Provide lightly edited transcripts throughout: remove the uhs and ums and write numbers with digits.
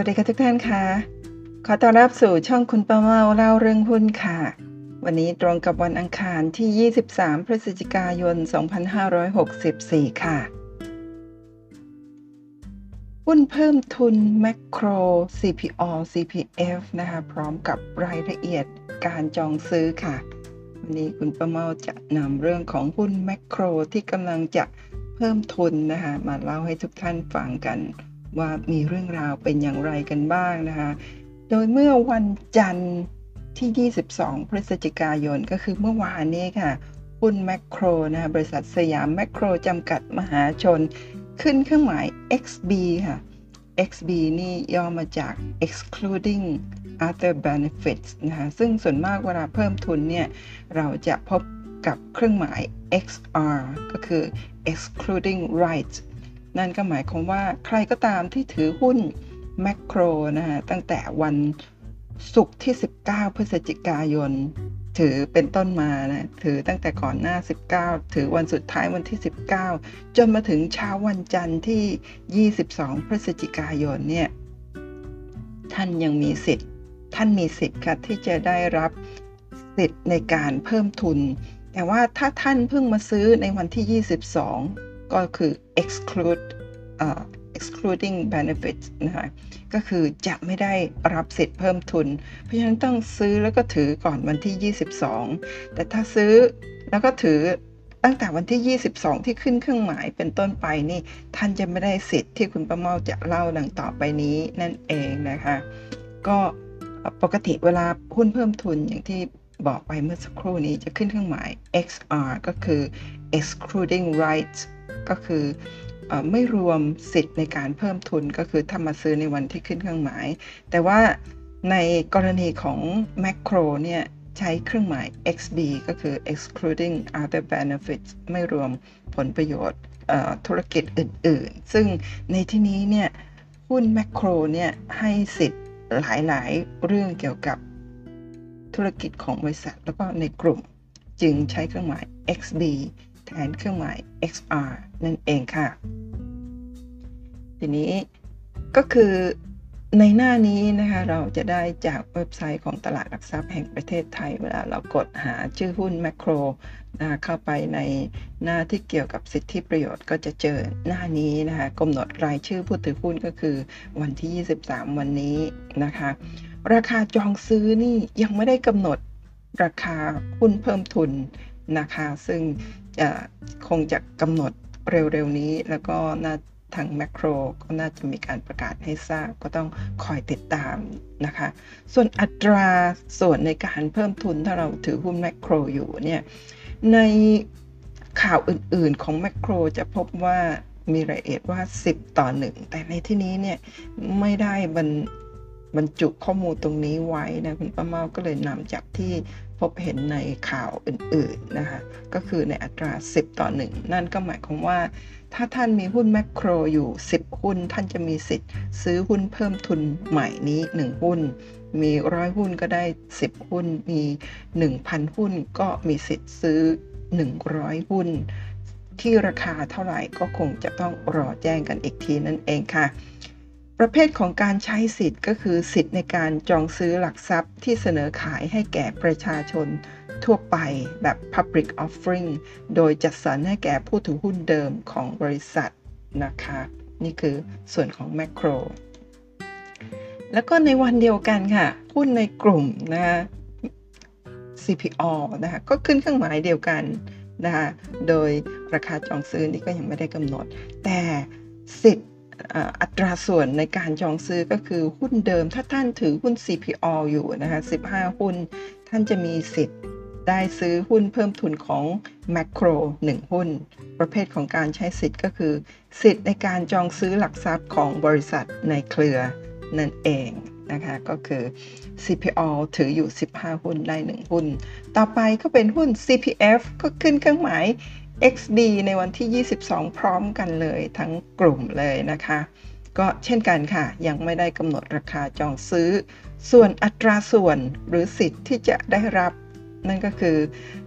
วัสดีค่ะทุกท่านค่ะขอต้อนรับสู่ช่องคุณป้าเมาเล่าเรื่องหุ้นค่ะวันนี้ตรงกับวันอังคารที่23พฤศจิกายน2564ค่ะหุ้นเพิ่มทุนแมคโคร CPO CPF นะคะพร้อมกับรายละเอียดการจองซื้อค่ะวันนี้คุณป้าเมาจะนำเรื่องของหุ้นแมคโครที่กำลังจะเพิ่มทุนนะคะมาเล่าให้ทุกท่านฟังกันว่ามีเรื่องราวเป็นอย่างไรกันบ้างนะคะโดยเมื่อวันจันทร์ที่22พฤศจิกายนก็คือเมื่อวานนี้ค่ะหุ้นแมคโครนะคะบริษัทสยามแมคโครจำกัดมหาชนขึ้นเครื่องหมาย XB ค่ะ XB นี่ย่อมาจาก excluding other benefits นะคะซึ่งส่วนมากเวลาเพิ่มทุนเนี่ยเราจะพบกับเครื่องหมาย XR ก็คือ excluding rights นั่นก็หมายความว่าใครก็ตามที่ถือหุ้นแมคโครนะคะตั้งแต่วันศุกร์ที่19พฤศจิกายนถือเป็นต้นมานะถือตั้งแต่ก่อนหน้า19ถือวันสุดท้ายวันที่19จนมาถึงเช้าวันจันทร์ที่22พฤศจิกายนเนี่ยท่านมีสิทธิ์ค่ะที่จะได้รับสิทธิ์ในการเพิ่มทุนแต่ว่าถ้าท่านเพิ่งมาซื้อในวันที่22ก็คือ excluding benefits นะคะก็คือจะไม่ได้รับสิทธิ์เพิ่มทุนเพราะฉะนั้นต้องซื้อแล้วก็ถือก่อนวันที่22แต่ถ้าซื้อแล้วก็ถือตั้งแต่วันที่22ที่ขึ้นเครื่องหมายเป็นต้นไปนี่ท่านจะไม่ได้สิทธิ์ที่คุณป้าเมาจะเล่าดังต่อไปนี้นั่นเองนะคะก็ปกติเวลาหุ้นเพิ่มทุนอย่างที่บอกไปเมื่อสักครู่นี้จะขึ้นเครื่องหมาย XR ก็คือ excluding rights ก็คือไม่รวมสิทธิ์ในการเพิ่มทุนก็คือถ้ามาซื้อในวันที่ขึ้นเครื่องหมายแต่ว่าในกรณีของแมคโครเนี่ยใช้เครื่องหมาย XB ก็คือ excluding other benefits ไม่รวมผลประโยชน์ธุรกิจอื่นๆซึ่งในที่นี้เนี่ยหุ้นแมคโครเนี่ยให้สิทธิ์หลายๆเรื่องเกี่ยวกับธุรกิจของบริษัทแล้วก็ในกลุ่มจึงใช้เครื่องหมาย XB แทนเครื่องหมาย XR นั่นเองค่ะทีนี้ก็คือในหน้านี้นะคะเราจะได้จากเว็บไซต์ของตลาดหลักทรัพย์แห่งประเทศไทยเวลาเรากดหาชื่อหุ้นแมคโครนะคะเข้าไปในหน้าที่เกี่ยวกับสิทธิประโยชน์ก็จะเจอหน้านี้นะคะกำหนดรายชื่อผู้ถือหุ้นก็คือวันที่23วันนี้นะคะราคาจองซื้อนี่ยังไม่ได้กำหนดราคาหุ้นเพิ่มทุนนะคะซึ่งคงจะกำหนดเร็วๆนี้แล้วก็ทางแมคโครก็น่าจะมีการประกาศให้ทราบก็ต้องคอยติดตามนะคะส่วนอัตราส่วนในการเพิ่มทุนถ้าเราถือหุ้นแมคโครอยู่เนี่ยในข่าวอื่นๆของแมคโครจะพบว่ามีรายละเอียดว่า10:1แต่ในที่นี้เนี่ยไม่ได้บรรจุข้อมูลตรงนี้ไว้นะคุณป้าเมาก็เลยนำจากที่พบเห็นในข่าวอื่นๆนะคะก็คือในอัตรา10:1นั่นก็หมายความว่าถ้าท่านมีหุ้นแมคโครอยู่10หุ้นท่านจะมีสิทธิ์ซื้อหุ้นเพิ่มทุนใหม่นี้1หุ้นมี100หุ้นก็ได้10หุ้นมี 1,000 หุ้นก็มีสิทธิ์ซื้อ100หุ้นที่ราคาเท่าไหร่ก็คงจะต้องรอแจ้งกันอีกทีนั่นเองค่ะประเภทของการใช้สิทธิ์ก็คือสิทธิ์ในการจองซื้อหลักทรัพย์ที่เสนอขายให้แก่ประชาชนทั่วไปแบบ Public Offering โดยจัดสรรให้แก่ผู้ถือหุ้นเดิมของบริษัทนะคะนี่คือส่วนของแมคโครแล้วก็ในวันเดียวกันค่ะหุ้นในกลุ่มนะคะ CPO นะคะก็ขึ้นเครื่องหมายเดียวกันนะคะโดยราคาจองซื้อนี่ก็ยังไม่ได้กำหนดแต่สิทธิ์อัตราส่วนในการจองซื้อก็คือหุ้นเดิมถ้าท่านถือหุ้น CPO อยู่นะคะ15หุ้นท่านจะมีสิทธิ์ได้ซื้อหุ้นเพิ่มทุนของแมคโคร1หุ้นประเภทของการใช้สิทธิ์ก็คือสิทธิ์ในการจองซื้อหลักทรัพย์ของบริษัทในเครือนั่นเองนะคะก็คือ CPO ถืออยู่15หุ้นได้1หุ้นต่อไปก็เป็นหุ้น CPF ก็ขึ้นเครื่องหมายXD ในวันที่22พร้อมกันเลยทั้งกลุ่มเลยนะคะก็เช่นกันค่ะยังไม่ได้กำหนดราคาจองซื้อส่วนอัตราส่วนหรือสิทธิ์ที่จะได้รับนั่นก็คือ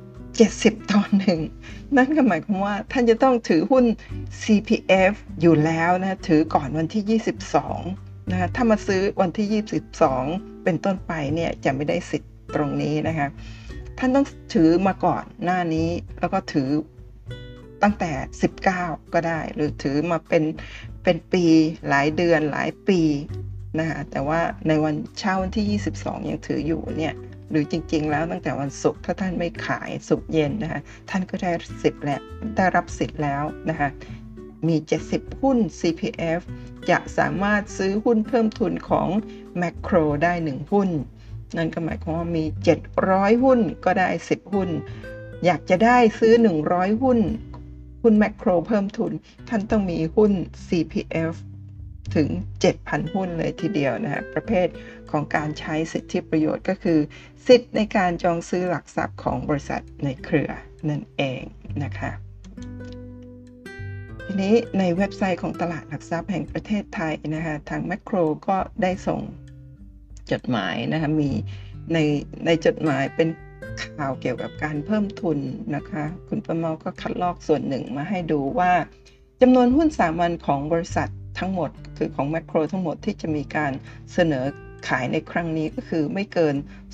70:1นั่นก็หมายความว่าท่านจะต้องถือหุ้น CPF อยู่แล้วนะถือก่อนวันที่22 นะคะถ้ามาซื้อวันที่22เป็นต้นไปเนี่ยจะไม่ได้สิทธิ์ตรงนี้นะคะท่านต้องถือมาก่อนหน้านี้แล้วก็ถือตั้งแต่19ก็ได้หรือถือมาเป็นปีหลายเดือนหลายปีนะคะแต่ว่าในวันเช้าวันที่22ยังถืออยู่เนี่ยหรือจริงๆแล้วตั้งแต่วันศุกร์ถ้าท่านไม่ขายศุกร์เย็นนะคะท่านก็ได้สิทธิ์แล้วได้รับสิทธิ์แล้วนะคะมี70หุ้น CPF จะสามารถซื้อหุ้นเพิ่มทุนของ Macro ได้1หุ้นนั่นก็หมายความว่ามี700หุ้นก็ได้10หุ้นอยากจะได้ซื้อ100หุ้นMacro เพิ่มทุนท่านต้องมีหุ้น CPF ถึง 7,000 หุ้นเลยทีเดียวนะคะประเภทของการใช้สิทธิประโยชน์ก็คือสิทธิ์ในการจองซื้อหลักทรัพย์ของบริษัทในเครือนั่นเองนะคะทีนี้ในเว็บไซต์ของตลาดหลักทรัพย์แห่งประเทศไทยนะคะทาง Macro ก็ได้ส่งจดหมายนะคะมีในจดหมายเป็นข่าวเกี่ยวกับการเพิ่มทุนนะคะคุณประเมาก็คัดลอกส่วนหนึ่งมาให้ดูว่าจำนวนหุ้นสามัญของบริษัททั้งหมดคือของ Macro ทั้งหมดที่จะมีการเสนอขายในครั้งนี้ก็คือไม่เกิน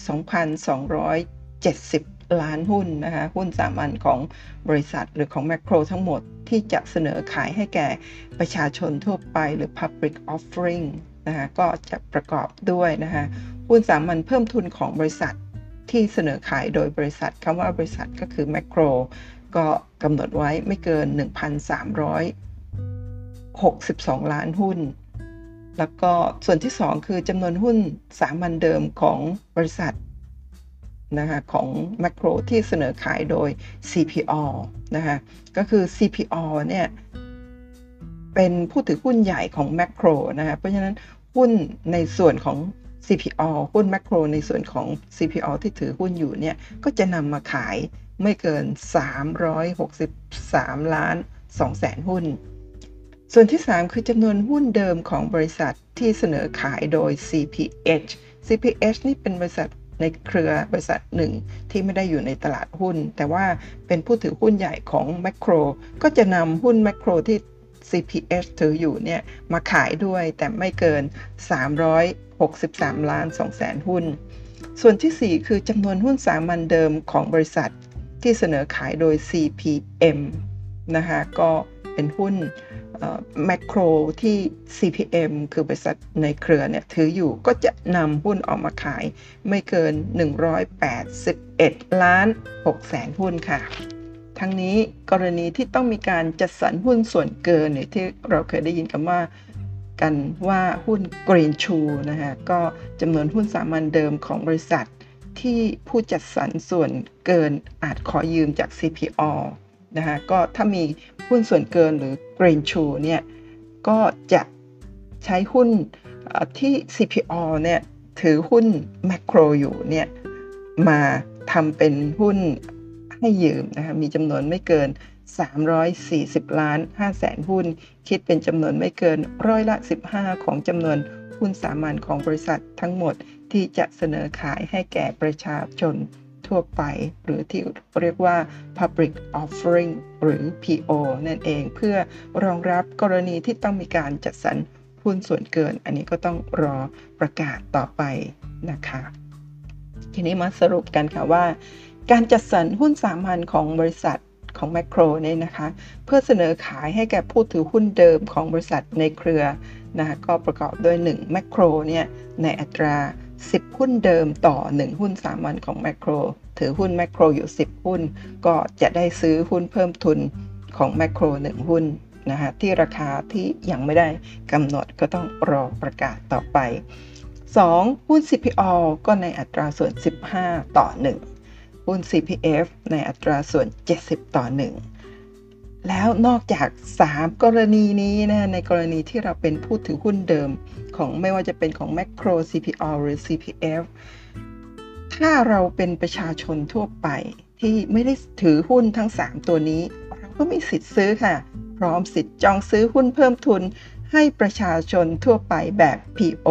2,270 ล้านหุ้นนะคะหุ้นสามัญของบริษัทหรือของ Macro ทั้งหมดที่จะเสนอขายให้แก่ประชาชนทั่วไปหรือ Public Offering นะคะก็จะประกอบด้วยนะคะหุ้นสามัญเพิ่มทุนของบริษัทที่เสนอขายโดยบริษัทคำว่าบริษัทก็คือ Macro ก็กำหนดไว้ไม่เกิน 1,362 ล้านหุ้นแล้วก็ส่วนที่2คือจำนวนหุ้นสามัญเดิมของบริษัทนะคะของ Macro ที่เสนอขายโดย CPO นะคะก็คือ CPO เนี่ยเป็นผู้ถือหุ้นใหญ่ของ Macro นะคะเพราะฉะนั้นหุ้นในส่วนของ CPO หุ้น Macro ในส่วนของ CPO ที่ถือหุ้นอยู่เนี่ยก็จะนำมาขายไม่เกิน363ล้าน2แสนหุ้นส่วนที่3คือจำนวนหุ้นเดิมของบริษัทที่เสนอขายโดย CPH นี่เป็นบริษัทในเครือบริษัทหนึ่งที่ไม่ได้อยู่ในตลาดหุ้นแต่ว่าเป็นผู้ถือหุ้นใหญ่ของ Macro ก็จะนำหุ้น Macro ที่ CPH ถืออยู่เนี่ยมาขายด้วยแต่ไม่เกิน363ล้าน2แสนหุ้นส่วนที่4คือจำนวนหุ้นสามัญเดิมของบริษัทที่เสนอขายโดย CPM นะคะก็เป็นหุ้นMacro ที่ CPM คือบริษัทในเครือเนี่ยถืออยู่ก็จะนำหุ้นออกมาขายไม่เกิน181ล้าน6แสนหุ้นค่ะทั้งนี้กรณีที่ต้องมีการจัดสรรหุ้นส่วนเกินเนี่ยที่เราเคยได้ยินกันว่าหุ้น Green Shoe นะคะก็จำนวนหุ้นสามัญเดิมของบริษัทที่ผู้จัดสรรส่วนเกินอาจขอยืมจาก CPO นะคะก็ถ้ามีหุ้นส่วนเกินหรือ Green Shoe เนี่ยก็จะใช้หุ้นที่ CPO เนี่ยถือหุ้น Macro อยู่เนี่ยมาทำเป็นหุ้นให้ยืมนะคะมีจำนวนไม่เกิน340ล้าน5แสนหุ้นคิดเป็นจำนวนไม่เกิน15%ของจำนวนหุ้นสามัญของบริษัททั้งหมดที่จะเสนอขายให้แก่ประชาชนทั่วไปหรือที่เรียกว่า Public Offering หรือ PO นั่นเองเพื่อรองรับกรณีที่ต้องมีการจัดสรรหุ้นส่วนเกินอันนี้ก็ต้องรอประกาศต่อไปนะคะทีนี้มาสรุปกันค่ะว่าการจัดสรรหุ้นสามัญของบริษัทของ Macro เนี่ยนะคะเพื่อเสนอขายให้แก่ผู้ถือหุ้นเดิมของบริษัทในเครือนะคะก็ประกอบด้วย1 Macro เนี่ยในอัตรา10หุ้นเดิมต่อ1หุ้นสามัญของ Macro ถือหุ้น Macro อยู่10หุ้นก็จะได้ซื้อหุ้นเพิ่มทุนของ Macro 1หุ้นนะคะที่ราคาที่ยังไม่ได้กำหนดก็ต้องรอประกาศต่อไป2หุ้น CPO ก็ในอัตราส่วน15ต่อ1หุ้น CPF ในอัตราส่วน70ต่อ1แล้วนอกจาก3กรณีนี้นะในกรณีที่เราเป็นผู้ถือหุ้นเดิมของไม่ว่าจะเป็นของ Macro CPO หรือ CPF ถ้าเราเป็นประชาชนทั่วไปที่ไม่ได้ถือหุ้นทั้ง3ตัวนี้เราก็มีสิทธิ์ซื้อค่ะพร้อมสิทธิ์จองซื้อหุ้นเพิ่มทุนให้ประชาชนทั่วไปแบบ PO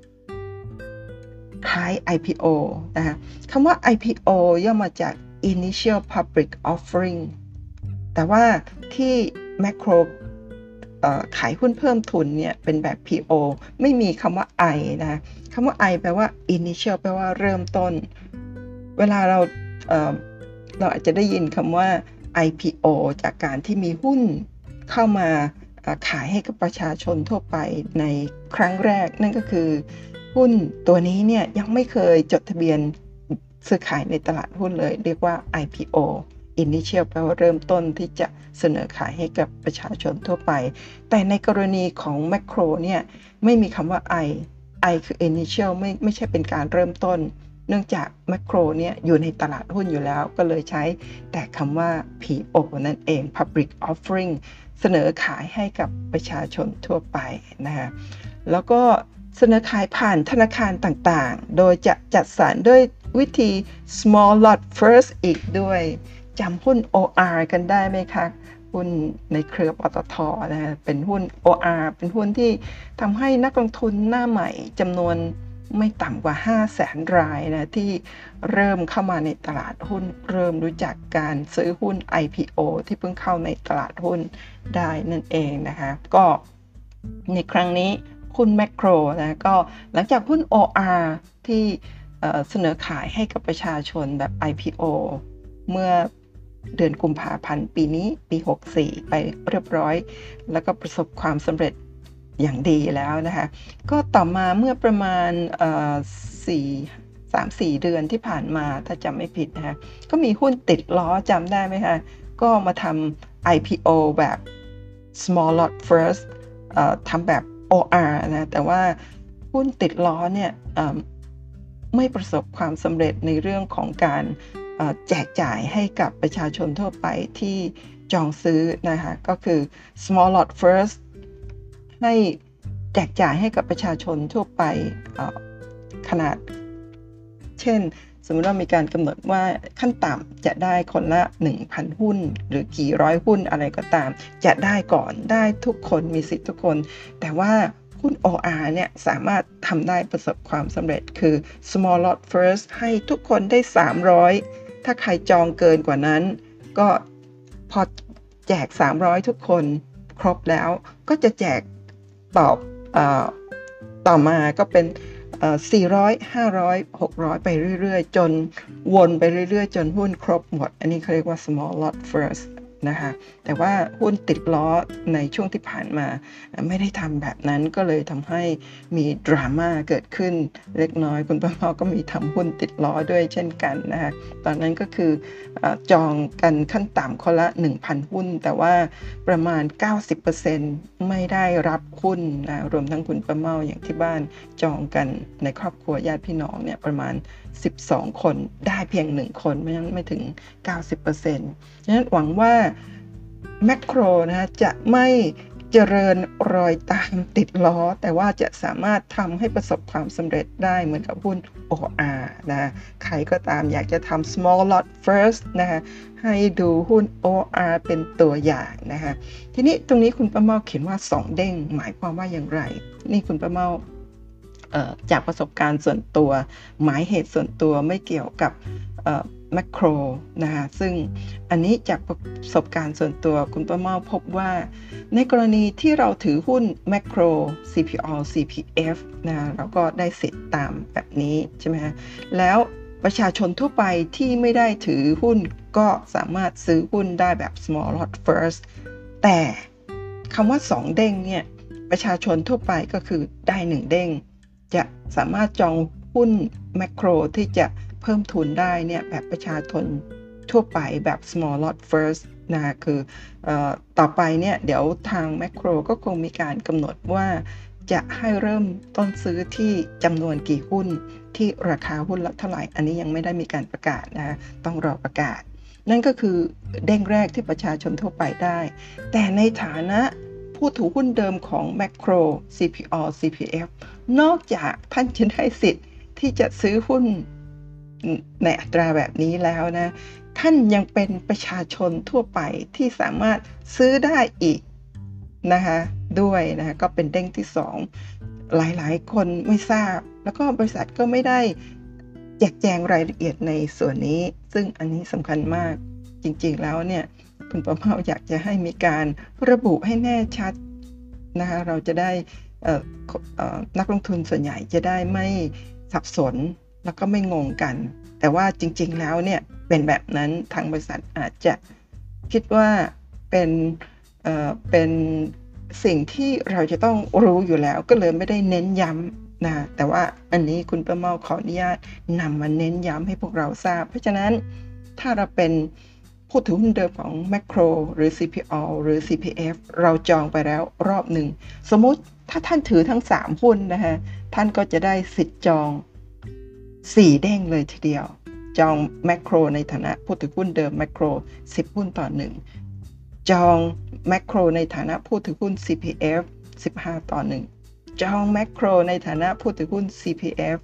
คล้าย IPO นะคะคำว่า IPO ย่อมาจาก Initial Public Offering แต่ว่าที่ Macro ขายหุ้นเพิ่มทุนเนี่ยเป็นแบบ PO ไม่มีคำว่า I นะคำว่า I แปลว่า initial แปลว่าเริ่มต้นเวลาเราอาจจะได้ยินคำว่า IPO จากการที่มีหุ้นเข้ามาขายให้กับประชาชนทั่วไปในครั้งแรกนั่นก็คือหุ้นตัวนี้เนี่ยยังไม่เคยจดทะเบียนซื้อขายในตลาดหุ้นเลยเรียกว่า IPO Initial แปลว่าเริ่มต้นที่จะเสนอขายให้กับประชาชนทั่วไปแต่ในกรณีของแมคโครเนี่ยไม่มีคำว่า I คือ Initial ไม่ใช่เป็นการเริ่มต้นเนื่องจากแมคโครเนี่ยอยู่ในตลาดหุ้นอยู่แล้วก็เลยใช้แต่คำว่า PO นั่นเอง Public Offering เสนอขายให้กับประชาชนทั่วไปนะคะแล้วก็เสนอขายผ่านธนาคารต่างๆโดยจะจัดสรรด้วยวิธี small lot first อีกด้วยจำหุ้น OR กันได้ไหมคะหุ้นในเครือปตท.นะเป็นหุ้น OR เป็นหุ้นที่ทำให้นักลงทุนหน้าใหม่จำนวนไม่ต่ำกว่า 500,000 รายนะที่เริ่มเข้ามาในตลาดหุ้นเริ่มรู้จักการซื้อหุ้น IPO ที่เพิ่งเข้าในตลาดหุ้นได้นั่นเองนะคะก็ในครั้งนี้หุ้นแมคโครนะก็หลังจากหุ้น OR ที่เสนอขายให้กับประชาชนแบบ IPO เมื่อเดือนกุมภาพันธ์ปีนี้ปี64ไปเรียบร้อยแล้วก็ประสบความสำเร็จอย่างดีแล้วนะคะก็ต่อมาเมื่อประมาณ3-4 เดือนที่ผ่านมาถ้าจำไม่ผิดนะคะก็มีหุ้นติดล้อจำได้ไหมคะก็มาทำ IPO แบบ small lot first ทำแบบ OR นะแต่ว่าหุ้นติดล้อเนี่ยไม่ประสบความสำเร็จในเรื่องของการแจกจ่ายให้กับประชาชนทั่วไปที่จองซื้อนะคะก็คือ small lot first ให้แจกจ่ายให้กับประชาชนทั่วไปขนาดเช่นสมมติว่ามีการกำหนดว่าขั้นต่ำจะได้คนละ 1,000 หุ้นหรือกี่ร้อยหุ้นอะไรก็ตามจะได้ก่อนได้ทุกคนมีสิทธิ์ทุกคนแต่ว่าหุ้น OR เนี่ยสามารถทำได้ประสบความสำเร็จคือ small lot first ให้ทุกคนได้300ถ้าใครจองเกินกว่านั้นก็พอแจก300ทุกคนครบแล้วก็จะแจกต่อมาก็เป็น400 500 600ไปเรื่อยๆจนวนไปเรื่อยๆจนหุ้นครบหมดอันนี้เขาเรียกว่า small lot first นะคะแต่ว่าหุ้นติดล้อในช่วงที่ผ่านมาไม่ได้ทำแบบนั้นก็เลยทำให้มีดราม่าเกิดขึ้นเล็กน้อยคุณป้าเมาก็มีทำหุ้นติดล้อด้วยเช่นกันนะคะตอนนั้นก็คือจองกันขั้นต่ำคนละ 1,000 หุ้นแต่ว่าประมาณ 90% ไม่ได้รับหุ้นนะรวมทั้งคุณป้าเมาอย่างที่บ้านจองกันในครอบครัวญาติพี่น้องเนี่ยประมาณ12คนได้เพียง1คนไม่ถึง 90% ฉะนั้นหวังว่าแมคโครนะจะไม่เจริญรอยตามติดล้อแต่ว่าจะสามารถทำให้ประสบความสำเร็จได้เหมือนกับหุ้น OR นะใครก็ตามอยากจะทำ small lot first นะคะให้ดูหุ้น OR เป็นตัวอย่างนะคะทีนี้ตรงนี้คุณป้าเมาเขียนว่า2เด้งหมายความว่าอย่างไรนี่คุณป้าเมาจากประสบการณ์ส่วนตัวหมายเหตุส่วนตัวไม่เกี่ยวกับแมคโครนะคะซึ่งอันนี้จากประสบการณ์ส่วนตัวคุณป้าเมาพบว่าในกรณีที่เราถือหุ้นแมคโคร CPO CPF นะเราก็ได้สิทธิ์ตามแบบนี้ใช่ไหมคะแล้วประชาชนทั่วไปที่ไม่ได้ถือหุ้นก็สามารถซื้อหุ้นได้แบบ small lot first แต่คำว่า2เด้งเนี่ยประชาชนทั่วไปก็คือได้1เด้งจะสามารถจองหุ้นแมคโครที่จะเพิ่มทุนได้เนี่ยแบบประชาชนทั่วไปแบบ small lot first นะคือต่อไปเนี่ยเดี๋ยวทางแมคโครก็คงมีการกำหนดว่าจะให้เริ่มต้นซื้อที่จำนวนกี่หุ้นที่ราคาหุ้นละเท่าไหร่อันนี้ยังไม่ได้มีการประกาศนะต้องรอประกาศนั่นก็คือเด้งแรกที่ประชาชนทั่วไปได้แต่ในฐานะผู้ถือหุ้นเดิมของแมคโคร CPO CPF นอกจากท่านจะได้สิทธิ์ที่จะซื้อหุ้นในอัตราแบบนี้แล้วนะท่านยังเป็นประชาชนทั่วไปที่สามารถซื้อได้อีกนะคะด้วยนะก็เป็นเด้งที่2หลายๆคนไม่ทราบแล้วก็บริษัทก็ไม่ได้แจกแจงรายละเอียดในส่วนนี้ซึ่งอันนี้สำคัญมากจริงๆแล้วเนี่ยคุณประเมาอยากจะให้มีการระบุให้แน่ชัดนะคะเราจะได้นักลงทุนส่วนใหญ่จะได้ไม่สับสนแล้วก็ไม่งงกันแต่ว่าจริงๆแล้วเนี่ยเป็นแบบนั้นทางบริษัทอาจจะคิดว่าเป็นสิ่งที่เราจะต้องรู้อยู่แล้วก็เลยไม่ได้เน้นย้ำนะแต่ว่าอันนี้คุณประเมาขออนุญาตนำมาเน้นย้ำให้พวกเราทราบเพราะฉะนั้นถ้าเราเป็นผู้ถือหุ้นเดิมของ Macro หรือ CPO หรือ CPF เราจองไปแล้วรอบหนึ่งสมมุติถ้าท่านถือทั้ง3หุ้นนะฮะท่านก็จะได้สิทธิ์จอง4เด้งเลยทีเดียวจอง Macro ในฐานะผู้ถือหุ้นเดิม Macro 10หุ้นต่อ1จอง Macro ในฐานะผู้ถือหุ้น CPF 15ต่อ1จอง Macro ในฐานะผู้ถือหุ้น CPF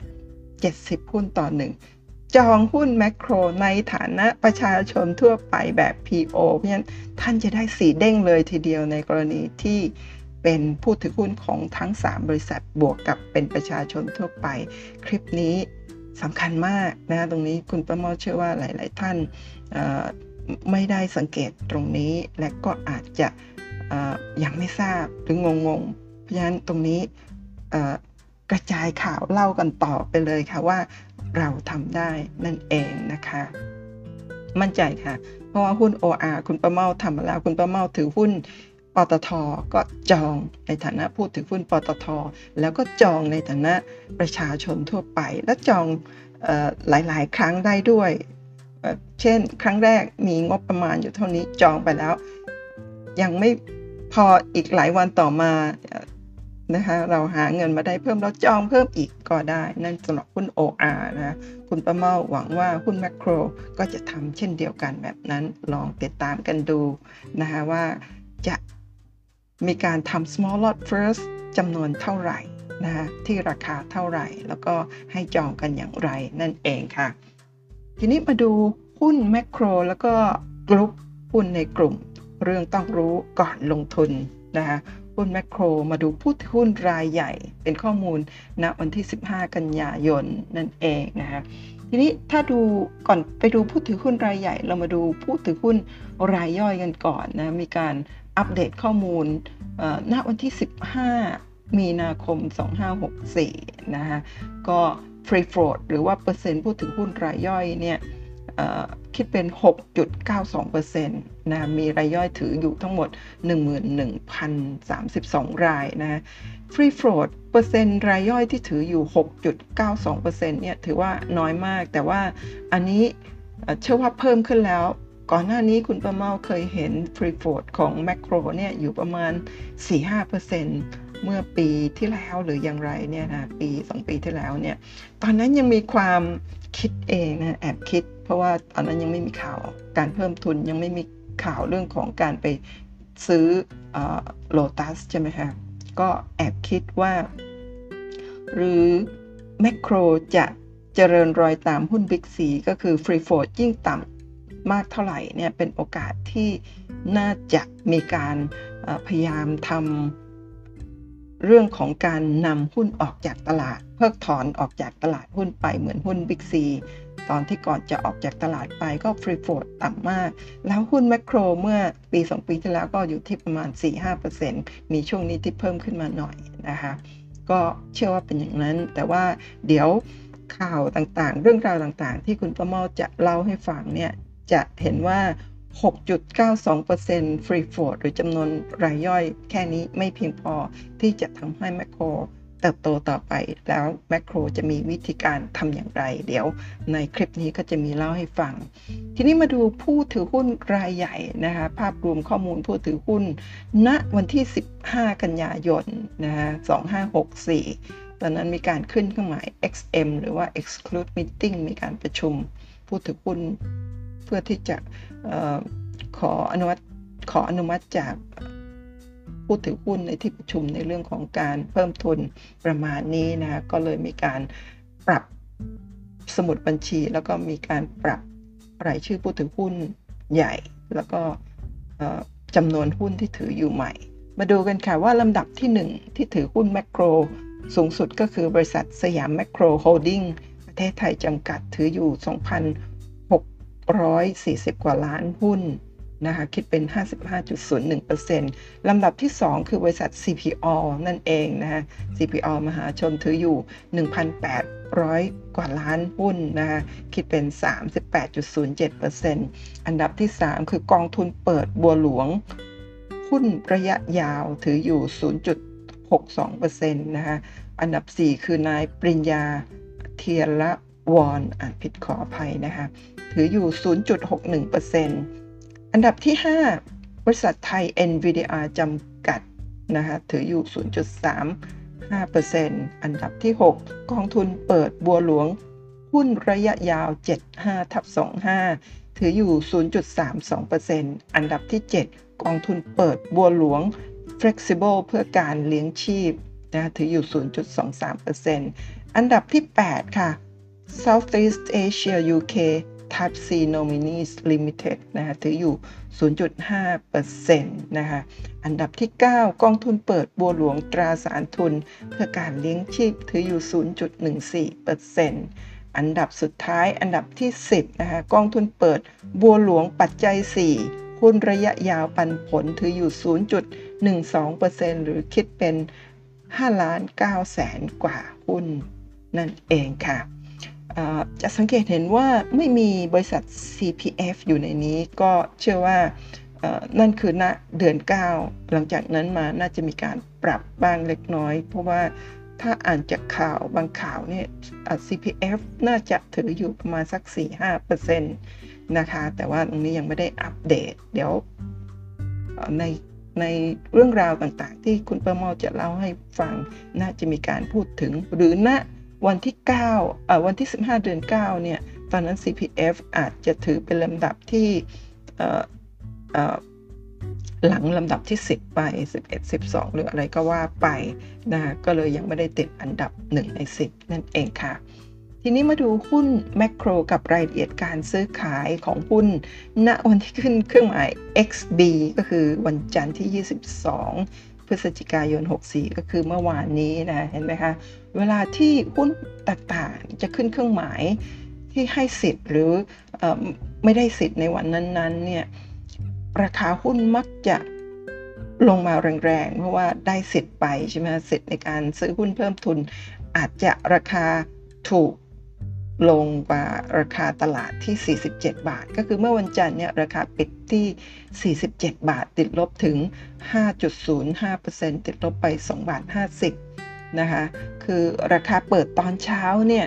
70หุ้นต่อ1จองหุ้น Macro ในฐานะประชาชนทั่วไปแบบ PO เพราะฉะนั้นท่านจะได้4เด้งเลยทีเดียวในกรณีที่เป็นผู้ถือหุ้นของทั้ง3บริษัทบวกกับเป็นประชาชนทั่วไปคลิปนี้สำคัญมากนะตรงนี้คุณประเมาเชื่อว่าหลายๆท่านไม่ได้สังเกตตรงนี้และก็อาจจะยังไม่ทราบหรืองงเพราะฉะนั้นตรงนี้กระจายข่าวเล่ากันต่อไปเลยค่ะว่าเราทำได้นั่นเองนะคะมั่นใจค่ะเพราะว่าหุ้น OR คุณประเมาทำมาแล้วคุณประเมาถือหุ้นปตท.ก็จองในฐานะผู้ถือหุ้นปตท.แล้วก็จองในฐานะประชาชนทั่วไปและจองหลายๆครั้งได้ด้วยเช่นครั้งแรกมีงบประมาณอยู่เท่านี้จองไปแล้วยังไม่พออีกหลายวันต่อมานะคะเราหาเงินมาได้เพิ่มแล้วจองเพิ่มอีกก็ได้นั่นสำหรับหุ้น OR นะคุณประเมาหวังว่าหุ้น Macro ก็จะทำเช่นเดียวกันแบบนั้นลองติดตามกันดูนะคะว่าจะมีการทำ small lot first จำนวนเท่าไหร่นะคะที่ราคาเท่าไหร่แล้วก็ให้จองกันอย่างไรนั่นเองค่ะทีนี้มาดูหุ้น Macro แล้วก็กลุ่มหุ้นในกลุ่มเรื่องต้องรู้ก่อนลงทุนนะคะหุ้น Macro มาดูผู้ถือหุ้นรายใหญ่เป็นข้อมูลณวันที่15กันยายนนั่นเองนะคะทีนี้ถ้าดูก่อนไปดูผู้ถือหุ้นรายใหญ่เรามาดูผู้ถือหุ้นรายย่อยกันก่อนนะมีการอัปเดตข้อมูลณวันที่15มีนาคม2564นะคะก็ Free Float หรือว่าเปอร์เซ็นต์ผู้ถือหุ้นรายย่อยเนี่ยคิดเป็น 6.92% นะมีรายย่อยถืออยู่ทั้งหมด 11,032 รายนะ Free Float เปอร์เซ็นต์รายย่อยที่ถืออยู่ 6.92% เนี่ยถือว่าน้อยมากแต่ว่าอันนี้เชื่อว่าเพิ่มขึ้นแล้วก่อนหน้านี้คุณประเมาเคยเห็น Free Float ของ Macro เนี่ยอยู่ประมาณ 4-5% เมื่อปีที่แล้วหรืออย่างไรเนี่ยนะปี2ปีที่แล้วเนี่ยตอนนั้นยังมีความคิดเองนะแอบคิดเพราะว่าตอนนั้นยังไม่มีข่าวการเพิ่มทุนยังไม่มีข่าวเรื่องของการไปซื้อLotus ใช่ไหมคะก็แอบคิดว่าหรือ Macro จะเจริญรอยตามหุ้น Big C ก็คือ Free Float ยิ่งต่ำมากเท่าไหร่เนี่ยเป็นโอกาสที่น่าจะมีการพยายามทำเรื่องของการนำหุ้นออกจากตลาดเพิกถอนออกจากตลาดหุ้นไปเหมือนหุ้น Big C ตอนที่ก่อนจะออกจากตลาดไปก็ Free Float ต่ำมากแล้วหุ้น Macro เมื่อปี2ปีที่แล้วก็อยู่ที่ประมาณ 4-5% มีช่วงนี้ที่เพิ่มขึ้นมาหน่อยนะคะก็เชื่อว่าเป็นอย่างนั้นแต่ว่าเดี๋ยวข่าวต่างๆเรื่องราวต่างๆที่คุณประเมาจะเล่าให้ฟังเนี่ยจะเห็นว่า 6.92% Free Float หรือจำนวนรายย่อยแค่นี้ไม่เพียงพอที่จะทำให้ Macro เติบโตต่อไปแล้ว Macro จะมีวิธีการทำอย่างไรเดี๋ยวในคลิปนี้ก็จะมีเล่าให้ฟังทีนี้มาดูผู้ถือหุ้นรายใหญ่นะคะภาพรวมข้อมูลผู้ถือหุ้นณวันที่15กันยายนนะคะ2564ตอนนั้นมีการขึ้นเครื่องหมาย XM หรือว่า Exclude Meeting มีการประชุมผู้ถือหุ้นเพื่อที่จะขออนุมัติจากผู้ถือหุ้นในที่ประชุมในเรื่องของการเพิ่มทุนประมาณนี้นะก็เลยมีการปรับสมุดบัญชีแล้วก็มีการปรับรายชื่อผู้ถือหุ้นใหญ่แล้วก็จำนวนหุ้นที่ถืออยู่ใหม่มาดูกันค่ะว่าลำดับที่1ที่ถือหุ้น Macro สูงสุดก็คือบริษัทสยาม Macro Holding ประเทศไทยจำกัดถืออยู่ 2,640 กว่าล้านหุ้นนะคะคิดเป็น 55.01% ลำดับที่ 2 คือบริษัท CPO นั่นเองนะคะ CPO มหาชนถืออยู่ 1,800 กว่าล้านหุ้นนะคะคิดเป็น 38.07% อันดับที่ 3 คือกองทุนเปิดบัวหลวงหุ้นระยะยาวถืออยู่ 0.62% นะคะอันดับ 4 คือนายปริญญาเทียระวรอ่านผิดขออภัยนะคะถืออยู่ 0.61% อันดับที่ 5 บริษัทไทย NVDR จำกัดนะคะถืออยู่ 0.35% อันดับที่ 6 กองทุนเปิดบัวหลวงหุ้นระยะยาว 75/25 ถืออยู่ 0.32% อันดับที่ 7 กองทุนเปิดบัวหลวง Flexible เพื่อการเลี้ยงชีพนะถืออยู่ 0.23% อันดับที่ 8 ค่ะ Southeast Asia UK Type C Nominees Limited นะคะถืออยู่ 0.5% นะคะอันดับที่ 9 กองทุนเปิดบัวหลวงตราสารทุนเพื่อการเลี้ยงชีพถืออยู่ 0.14% อันดับสุดท้ายอันดับที่ 10 นะคะกองทุนเปิดบัวหลวงปัจจัย 4 หุ้นระยะยาวปันผลถืออยู่ 0.12% หรือคิดเป็น 5,900,000 กว่าหุ้นนั่นเองค่ะจะสังเกตเห็นว่าไม่มีบริษัท CPF อยู่ในนี้ก็เชื่อว่านั่นคือณเดือน 9 หลังจากนั้นมาน่าจะมีการปรับบ้างเล็กน้อยเพราะว่าถ้าอ่านจากข่าวบางข่าวเนี่ยCPF น่าจะถืออยู่ประมาณสัก 4-5% นะคะแต่ว่าตรงนี้ยังไม่ได้อัปเดตเดี๋ยวในเรื่องราวต่างๆที่คุณประเมาจะเล่าให้ฟังน่าจะมีการพูดถึงหรือณวันที่วันที่15เดือน9เนี่ยตอนนั้น CPF อาจจะถือเป็นลำดับที่หลังลำดับที่10ไป11 12หรืออะไรก็ว่าไปนะก็เลยยังไม่ได้ติดอันดับ1ใน10นั่นเองค่ะทีนี้มาดูหุ้นแมคโครกับรายละเอียดการซื้อขายของหุ้นณวันที่ขึ้นเครื่องหมาย XB ก็คือวันจันทร์ที่22พฤศจิกายน64ก็คือเมื่อวานนี้นะเห็นไหมคะเวลาที่หุ้นต่างๆจะขึ้นเครื่องหมายที่ให้สิทธิ์หรือไม่ได้สิทธิ์ในวันนั้นๆเนี่ยราคาหุ้นมักจะลงมาแรงๆเพราะว่าได้สิทธิ์ไปใช่ไหมสิทธิ์ในการซื้อหุ้นเพิ่มทุนอาจจะราคาถูกลงกว่าราคาตลาดที่47 บาทก็คือเมื่อวันจันทร์เนี่ยราคาปิดที่47 บาทติดลบถึง 5.05% ติดลบไป2.50 บาทนะคะคือราคาเปิดตอนเช้าเนี่ย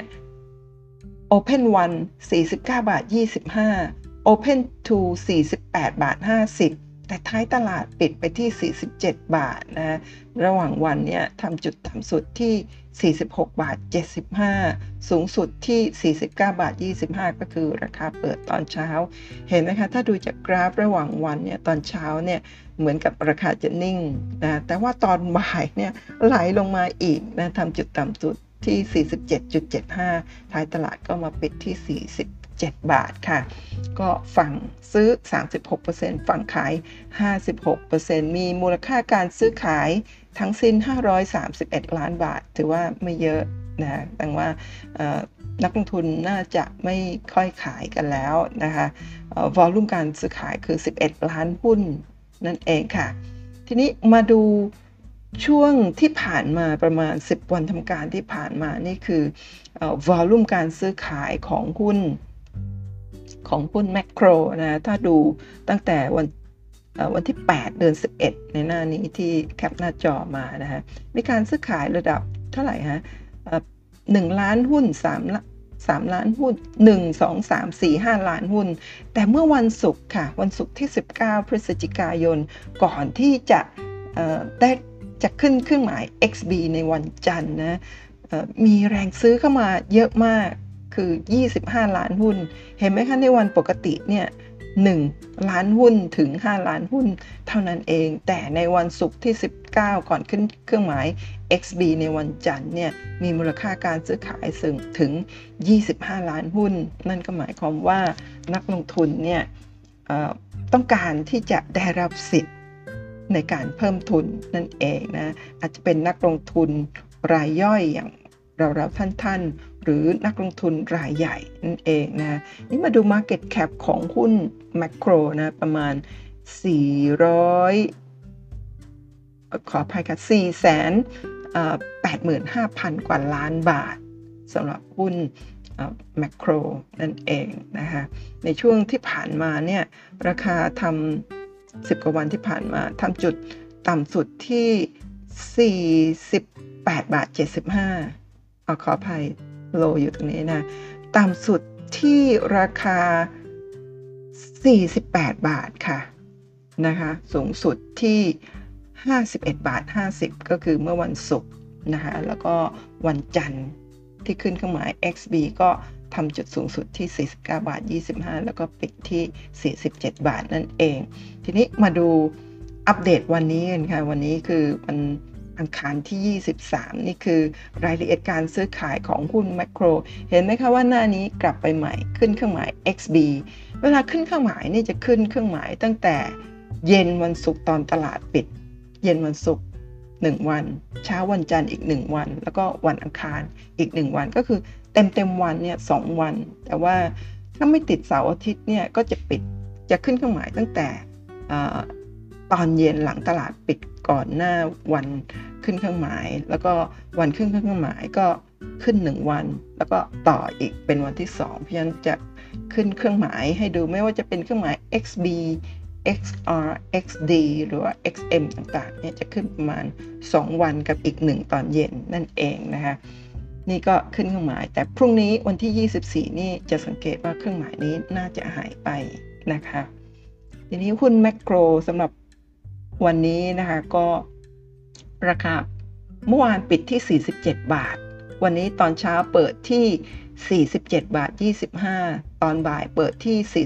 Open 1 49.25 บาท Open 2 48.50 บาทแต่ท้ายตลาดปิดไปที่47 บาทนะระหว่างวันเนี่ยทำจุดต่ำสุดที่46.75 บาทสูงสุดที่49.25 บาทก็คือราคาเปิดตอนเช้าเห็นไหมคะถ้าดูจากกราฟระหว่างวันเนี่ยตอนเช้าเนี่ยเหมือนกับราคาจะนิ่งนะแต่ว่าตอนบ่ายเนี่ยไหลลงมาอีกนะทำจุดต่ำสุดที่ 47.75 ท้ายตลาดก็มาปิดที่47 บาทค่ะก็ฝั่งซื้อ 36% ฝั่งขาย 56% มีมูลค่าการซื้อขายทั้งสิ้น531 ล้านบาทถือว่าไม่เยอะนะแต่ว่านักลงทุนน่าจะไม่ค่อยขายกันแล้วนะคะวอลลุ่มการซื้อขายคือ11 ล้านหุ้นนั่นเองค่ะทีนี้มาดูช่วงที่ผ่านมาประมาณ10 วันทำการที่ผ่านมานี่คือวอลลุ่มการซื้อขายของหุ้นแมคโครนะถ้าดูตั้งแต่วันที่8เดือน11ในหน้านี้ที่แคปหน้าจอมานะฮะมีการซื้อขายระดับเท่าไหร่ฮะ1 ล้านหุ้น3 ล้านหุ้น1 2 3 4 5 ล้านหุ้นแต่เมื่อวันศุกร์ค่ะวันศุกร์ที่19พฤศจิกายนก่อนที่จะขึ้นเครื่องหมาย XB ในวันจันทร์นะมีแรงซื้อเข้ามาเยอะมากคือ25 ล้านหุ้นเห็นไหมคะในวันปกติเนี่ย1 ล้านหุ้นถึง5 ล้านหุ้นเท่านั้นเองแต่ในวันศุกร์ที่19ก่อนขึ้นเครื่องหมาย XB ในวันจันทร์เนี่ยมีมูลค่าการซื้อขายถึง25 ล้านหุ้นนั่นก็หมายความว่านักลงทุนเนี่ยต้องการที่จะได้รับสิทธิ์ในการเพิ่มทุนนั่นเองนะอาจจะเป็นนักลงทุนรายย่อยอย่างเราท่านหรือนักลงทุนรายใหญ่นั่นเองนะนี่มาดู Market Cap ของหุ้น Macro นะประมาณขออภัยค่ะ485,000 กว่าล้านบาทสำหรับหุ้นแมคโครนั่นเองนะคะในช่วงที่ผ่านมาเนี่ยราคาทำ10 กว่าวันที่ผ่านมาทำจุดต่ำสุดที่48.75 ขออภัยโลอยู่ตรงนี้นะต่ำสุดที่ราคา48 บาทค่ะนะคะสูงสุดที่51.50 ก็คือเมื่อวันศุกร์นะคะแล้วก็วันจันทร์ที่ขึ้นเครื่องหมาย XB ก็ทำจุดสูงสุดที่49.25 แล้วก็ปิดที่47 บาทนั่นเองทีนี้มาดูอัปเดตวันนี้กันค่ะวันนี้คือวันอังคารที่23นี่คือรายละเอียดการซื้อขายของหุ้นแมคโครเห็นไหมคะว่าหน้านี้กลับไปใหม่ขึ้นเครื่องหมาย XB เวลาขึ้นเครื่องหมายนี่จะขึ้นเครื่องหมายตั้งแต่เย็นวันศุกร์ตอนตลาดปิดเย็นวันศุกร์1 วันเช้าวันจันทร์อีก1 วันแล้วก็วันอังคารอีก1 วันก็คือเต็มวันเนี่ย2 วันแต่ว่าถ้าไม่ติดเสาร์อาทิตย์เนี่ยก็จะปิดจะขึ้นเครื่องหมายตั้งแต่ตอนเย็นหลังตลาดปิดก่อนหน้าวันขึ้นเครื่องหมายแล้วก็วันขึ้นเครื่องหมายก็ขึ้น1 วันแล้วก็ต่ออีกเป็นวันที่2เพราะฉะนั้นจะขึ้นเครื่องหมายให้ดูไม่ว่าจะเป็นเครื่องหมาย XB XR XD หรือว่า XM ต่างๆเนี่ยจะขึ้นประมาณ2 วันกับอีก1 ตอนเย็นนั่นเองนะคะนี่ก็ขึ้นเครื่องหมายแต่พรุ่งนี้วันที่24นี่จะสังเกตว่าเครื่องหมายนี้น่าจะหายไปนะคะทีนี้หุ้นแมคโครสำหรับวันนี้นะคะก็ราคาเมื่อวานปิดที่47 บาทวันนี้ตอนเช้าเปิดที่47.25 ตอนบ่ายเปิดที่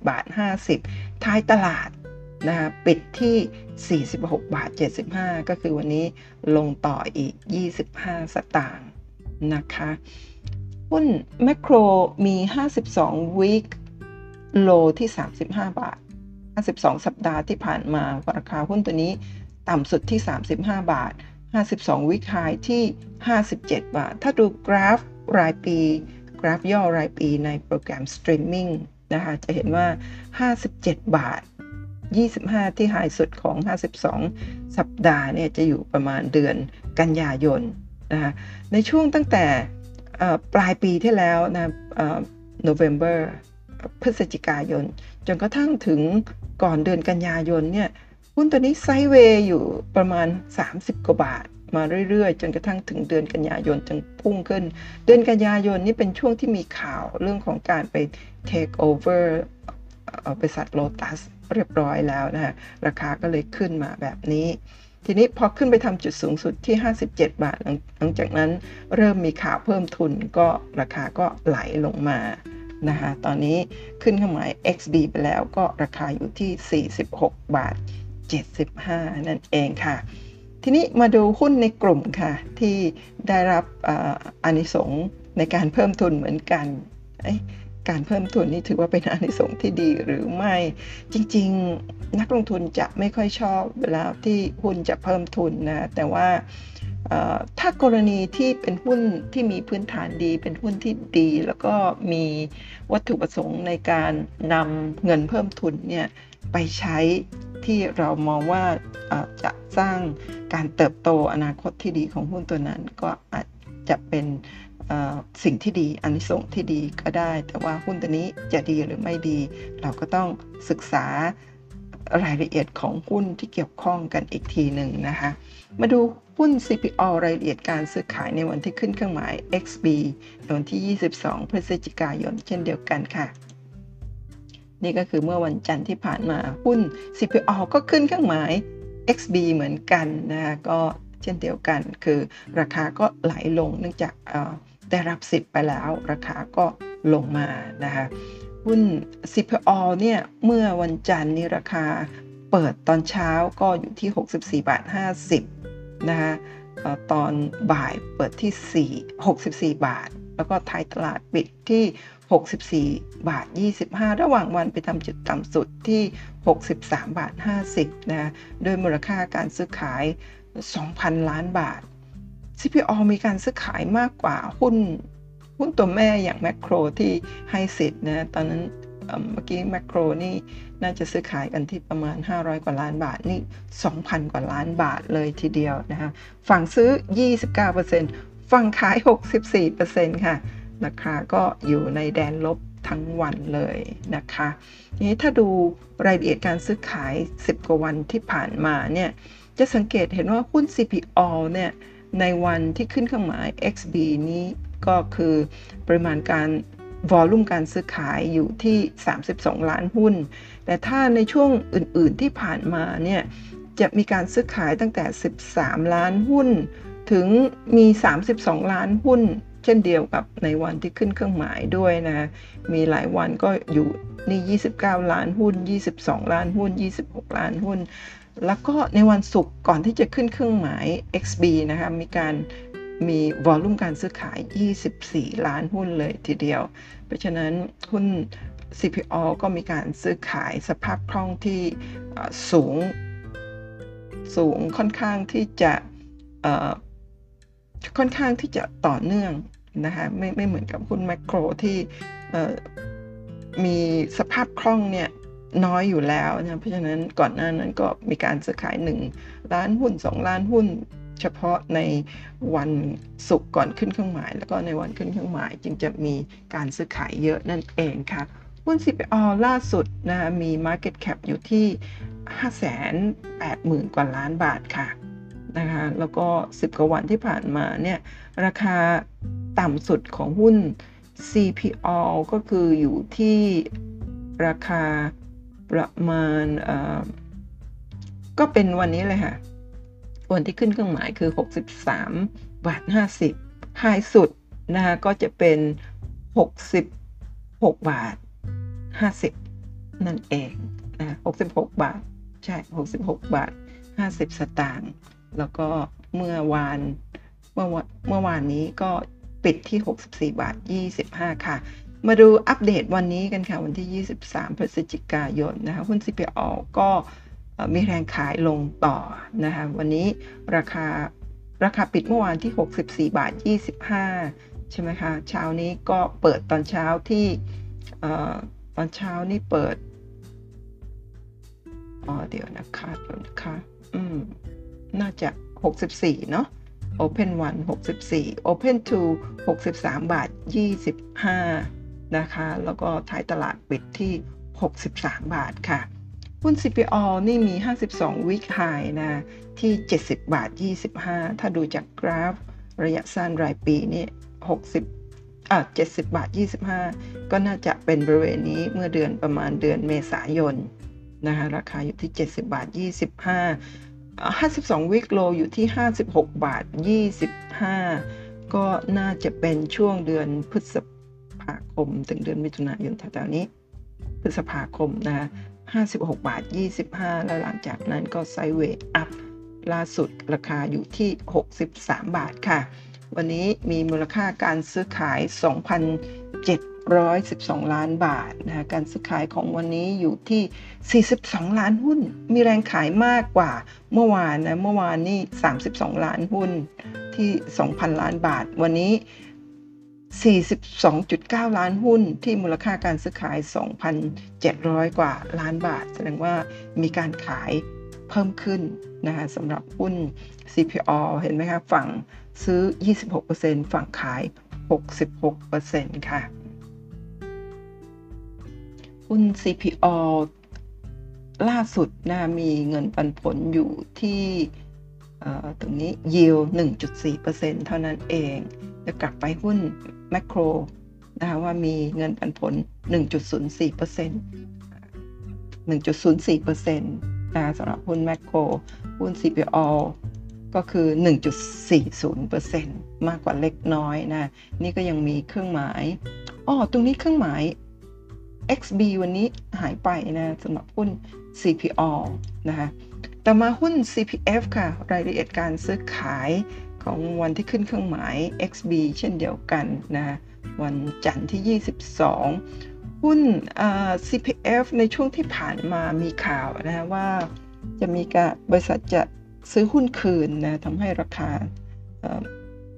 47.50 ท้ายตลาดนะคะปิดที่46.75 ก็คือวันนี้ลงต่ออีก25 สตางค์นะคะหุ้นแมคโครมี52 week low ที่35 บาท52 สัปดาห์ที่ผ่านมาราคาหุ้นตัวนี้ต่ำสุดที่35 บาท52 week high ที่57 บาทถ้าดูกราฟรายปีกราฟย่อรายปีในโปรแกรมสตรีมมิ่งนะคะจะเห็นว่า57 บาท 25ที่ไฮสุดของ52 สัปดาห์เนี่ยจะอยู่ประมาณเดือนกันยายนนะคะในช่วงตั้งแต่ปลายปีที่แล้วนะNovember พฤศจิกายนจนกระทั่งถึงก่อนเดือนกันยายนเนี่ยหุ้นตัวนี้ไซด์เวย์อยู่ประมาณ30 กว่าบาทมาเรื่อยๆจนกระทั่งถึงเดือนกันยายนจึงพุ่งขึ้นเดือนกันยายนนี่เป็นช่วงที่มีข่าวเรื่องของการไป take over บริษัทโลตัสเรียบร้อยแล้วนะฮะราคาก็เลยขึ้นมาแบบนี้ทีนี้พอขึ้นไปทำจุดสูงสุดที่57 บาทหลังจากนั้นเริ่มมีข่าวเพิ่มทุนก็ราคาก็ไหลลงมานะคะตอนนี้ขึ้นเครื่องหมาย XD ไปแล้วก็ราคาอยู่ที่46.75 นั่นเองค่ะทีนี้มาดูหุ้นในกลุ่มค่ะที่ได้รับอานิสงส์ในการเพิ่มทุนเหมือนกันการเพิ่มทุนนี่ถือว่าเป็นอานิสงส์ที่ดีหรือไม่จริงๆนักลงทุนจะไม่ค่อยชอบเวลาที่หุ้นจะเพิ่มทุนนะแต่ว่าถ้ากรณีที่เป็นหุ้นที่มีพื้นฐานดีเป็นหุ้นที่ดีแล้วก็มีวัตถุประสงค์ในการนำเงินเพิ่มทุนเนี่ยไปใช้ที่เรามองว่าจะสร้างการเติบโตอนาคตที่ดีของหุ้นตัวนั้นก็อาจจะเป็นสิ่งที่ดีอานิสงส์ที่ดีก็ได้แต่ว่าหุ้นตัวนี้จะดีหรือไม่ดีเราก็ต้องศึกษารายละเอียดของหุ้นที่เกี่ยวข้องกันอีกทีหนึ่งนะคะมาดูหุ้น CPO รายละเอียดการซื้อขายในวันที่ขึ้นเครื่องหมาย XB ในวันที่22 พฤศจิกายนเช่นเดียวกันค่ะนี่ก็คือเมื่อวันจันทร์ที่ผ่านมาหุ้น CPO ก็ขึ้นเครื่องหมาย XB เหมือนกันนะคะก็เช่นเดียวกันคือราคาก็ไหลลงเนื่องจากได้รับสิทธิ์ไปแล้วราคาก็ลงมานะคะหุ้น CPO เนี่ยเมื่อวันจันทร์นี้ราคาเปิดตอนเช้าก็อยู่ที่64.50 นะคะตอนบ่ายเปิดที่64 บาทแล้วก็ท้ายตลาดปิดที่64.25 ระหว่างวันไปทำจุดต่ำสุดที่63.50 นะโดยมูลค่าการซื้อขาย 2,000 ล้านบาท CPO มีการซื้อขายมากกว่าหุ้นหุ้นตัวแม่อย่างแมคโครที่ให้สิทธิ์นะตอนนั้นเมื่อกี้แมคโครนี่น่าจะซื้อขายกันที่ประมาณ500กว่าล้านบาทนี่ 2,000 กว่าล้านบาทเลยทีเดียวนะคะฝั่งซื้อ 29% ฝั่งขาย 64% ค่ะราคาก็อยู่ในแดนลบทั้งวันเลยนะคะทีนี้ถ้าดูรายละเอียดการซื้อขาย10กว่าวันที่ผ่านมาเนี่ยจะสังเกตเห็นว่าหุ้น CPO เนี่ยในวันที่ขึ้นเครื่องหมาย XB นี้ก็คือปริมาณการวอลลุ่มการซื้อขายอยู่ที่32ล้านหุ้นแต่ถ้าในช่วงอื่นๆที่ผ่านมาเนี่ยจะมีการซื้อขายตั้งแต่13ล้านหุ้นถึงมี32ล้านหุ้นเช่นเดียวกับในวันที่ขึ้นเครื่องหมายด้วยนะมีหลายวันก็อยู่นี่29ล้านหุ้น22ล้านหุ้น26ล้านหุ้นแล้วก็ในวันศุกร์ก่อนที่จะขึ้นเครื่องหมาย XB นะคะมีวอลลุ่มการซื้อขาย24ล้านหุ้นเลยทีเดียวเพราะฉะนั้นหุ้น CPO ก็มีการซื้อขายสภาพคล่องที่สูงค่อนข้างที่จะต่อเนื่องนะคะไม่เหมือนกับหุ้นแมคโครที่มีสภาพคล่องเนี่ยน้อยอยู่แล้วนะเพราะฉะนั้นก่อนหน้านั้นก็มีการซื้อขาย1ล้านหุ้น2ล้านหุ้นเฉพาะในวันศุกร์ก่อนขึ้นเครื่องหมายแล้วก็ในวันขึ้นเครื่องหมายจึงจะมีการซื้อขายเยอะนั่นเองค่ะหุ้น CPO ล่าสุดนะคะมี Market Cap อยู่ที่ 580,000 กว่าล้านบาทค่ะนะคะแล้วก็10กว่าวันที่ผ่านมาเนี่ยราคาต่ำสุดของหุ้น CPO ก็คืออยู่ที่ราคาประมาณก็เป็นวันนี้เลยค่ะวันที่ขึ้นเครื่องหมายคือ63.50 บาทไฮสุดนะคะก็จะเป็น66.50 บาทนั่นเองนะ66 บาทใช่66.50 บาทแล้วก็เมื่อวานนี้ก็ปิดที่64.25 บาทค่ะมาดูอัปเดตวันนี้กันค่ะวันที่23พฤศจิกายนนะคะหุ้น CPO ก็มีแรงขายลงต่อนะคะวันนี้ราคาปิดเมื่อวานที่64.25 บาทใช่ไหมคะเช้านี้ก็เปิดตอนเช้าที่ตอนเช้านี่เปิดเดี๋ยวนะคะน่าจะ64เนาะ Open 1 64 Open 2 63.25 บาทนะคะแล้วก็ท้ายตลาดปิดที่63 บาทค่ะหุ้น CPO นี่มี52 week high นะที่70.25 บาทถ้าดูจากกราฟระยะสั้นรายปีนี่70.25 บาทก็น่าจะเป็นบริเวณนี้เมื่อประมาณเดือนเมษายนนะคะราคาอยู่ที่70.25 บาท52 week low อยู่ที่56.25 บาทก็น่าจะเป็นช่วงเดือนพฤษภาคมถึงเดือนมิถุนายนแถวๆนี้พฤษภาคมนะ56.25 บาทแล้วหลังจากนั้นก็ไซด์เวย์อัพล่าสุดราคาอยู่ที่63 บาทค่ะวันนี้มีมูลค่าการซื้อขาย 2,712 ล้านบาทนะคะการซื้อขายของวันนี้อยู่ที่42ล้านหุ้นมีแรงขายมากกว่าเมื่อวานนะเมื่อวานนี่32ล้านหุ้นที่ 2,000 ล้านบาทวันนี้42.9 ล้านหุ้นที่มูลค่าการซื้อขาย 2,700 กว่าล้านบาทแสดงว่ามีการขายเพิ่มขึ้นนะคะสำหรับหุ้น CPO เห็นไหมคะฝั่งซื้อ 26% ฝั่งขาย 66% ค่ะหุ้น CPO ล่าสุดนะมีเงินปันผลอยู่ที่ตรงนี้ yield 1.4% เท่านั้นเองจะกลับไปหุ้นแมคโครนะคะว่ามีเงินปันผล 1.04% นะสำหรับหุ้นแมคโครหุ้น CPO ก็คือ 1.40% มากกว่าเล็กน้อยนะนี่ก็ยังมีเครื่องหมายตรงนี้เครื่องหมาย XB วันนี้หายไปนะสำหรับหุ้น CPO นะคะต่อมาหุ้น CPF ค่ะรายละเอียดการซื้อขายของวันที่ขึ้นเครื่องหมาย XB เช่นเดียวกันนะวันจันทร์ที่22หุ้นCPF ในช่วงที่ผ่านมามีข่าวนะว่าจะมีบริษัทจะซื้อหุ้นคืนนะทำให้ราคา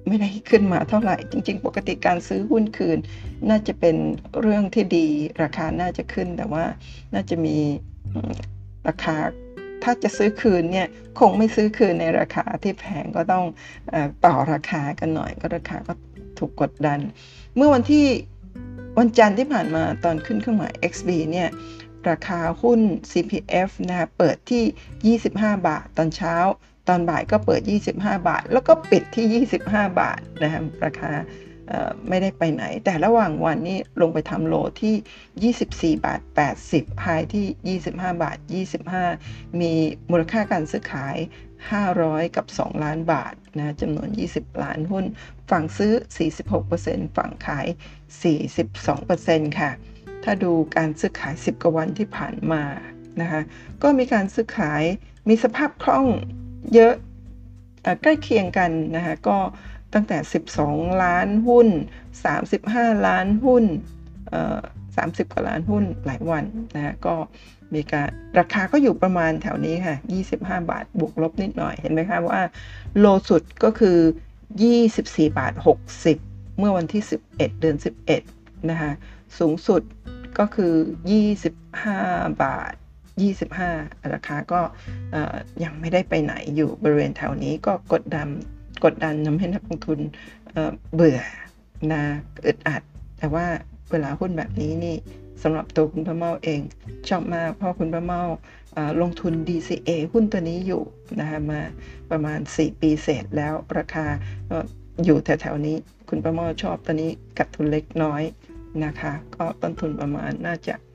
ไม่ได้ขึ้นมาเท่าไหร่จริงๆปกติการซื้อหุ้นคืนน่าจะเป็นเรื่องที่ดีราคาน่าจะขึ้นแต่ว่าน่าจะมีราคาถ้าจะซื้อคืนเนี่ยคงไม่ซื้อคืนในราคาที่แพงก็ต้องต่อราคากันหน่อยก็ราคาก็ถูกกดดันเมื่อวันจันทร์ที่ผ่านมาตอนขึ้นเครื่องหมาย XB เนี่ยราคาหุ้น CPF นะเปิดที่25 บาทตอนเช้าตอนบ่ายก็เปิด25 บาทแล้วก็ปิดที่25 บาทนะครับราคาไม่ได้ไปไหนแต่ระหว่างวันนี้ลงไปทำโลที่24 บาท 80ไฮที่25 บาท 25มีมูลค่าการซื้อขาย500กับ2ล้านบาทนะจำนวน20ล้านหุ้นฝั่งซื้อ 46% ฝั่งขาย 42% ค่ะถ้าดูการซื้อขาย10 กว่าวันที่ผ่านมานะคะก็มีการซื้อขายมีสภาพคล่องเยอะใกล้เคียงกันนะคะก็ตั้งแต่12ล้านหุ้น35ล้านหุ้น30 กว่าล้านหุ้นหลายวันนะก็มีการราคาก็อยู่ประมาณแถวนี้ค่ะ25 บาทบวกลบนิดหน่อยเห็นไหมคะว่าโลสุดก็คือ24 บาท 60เมื่อวันที่11เดือน11นะคะสูงสุดก็คือ25 บาท 25ราคาก็ยังไม่ได้ไปไหนอยู่บริเวณแถวนี้ก็กดดันทำให้นักลงทุนเบื่อนะอึดอัดแต่ว่าเวลาหุ้นแบบนี้นี่สำหรับตัวคุณป้าเมาเองชอบมากเพราะคุณป้าเมาลงทุน DCA หุ้นตัวนี้อยู่นะคะมาประมาณ4 ปีเศษแล้วราคาอยู่แถวๆนี้คุณป้าเมาชอบตัวนี้กัดทุนเล็กน้อยนะคะก็ต้นทุนประมาณน่าจะ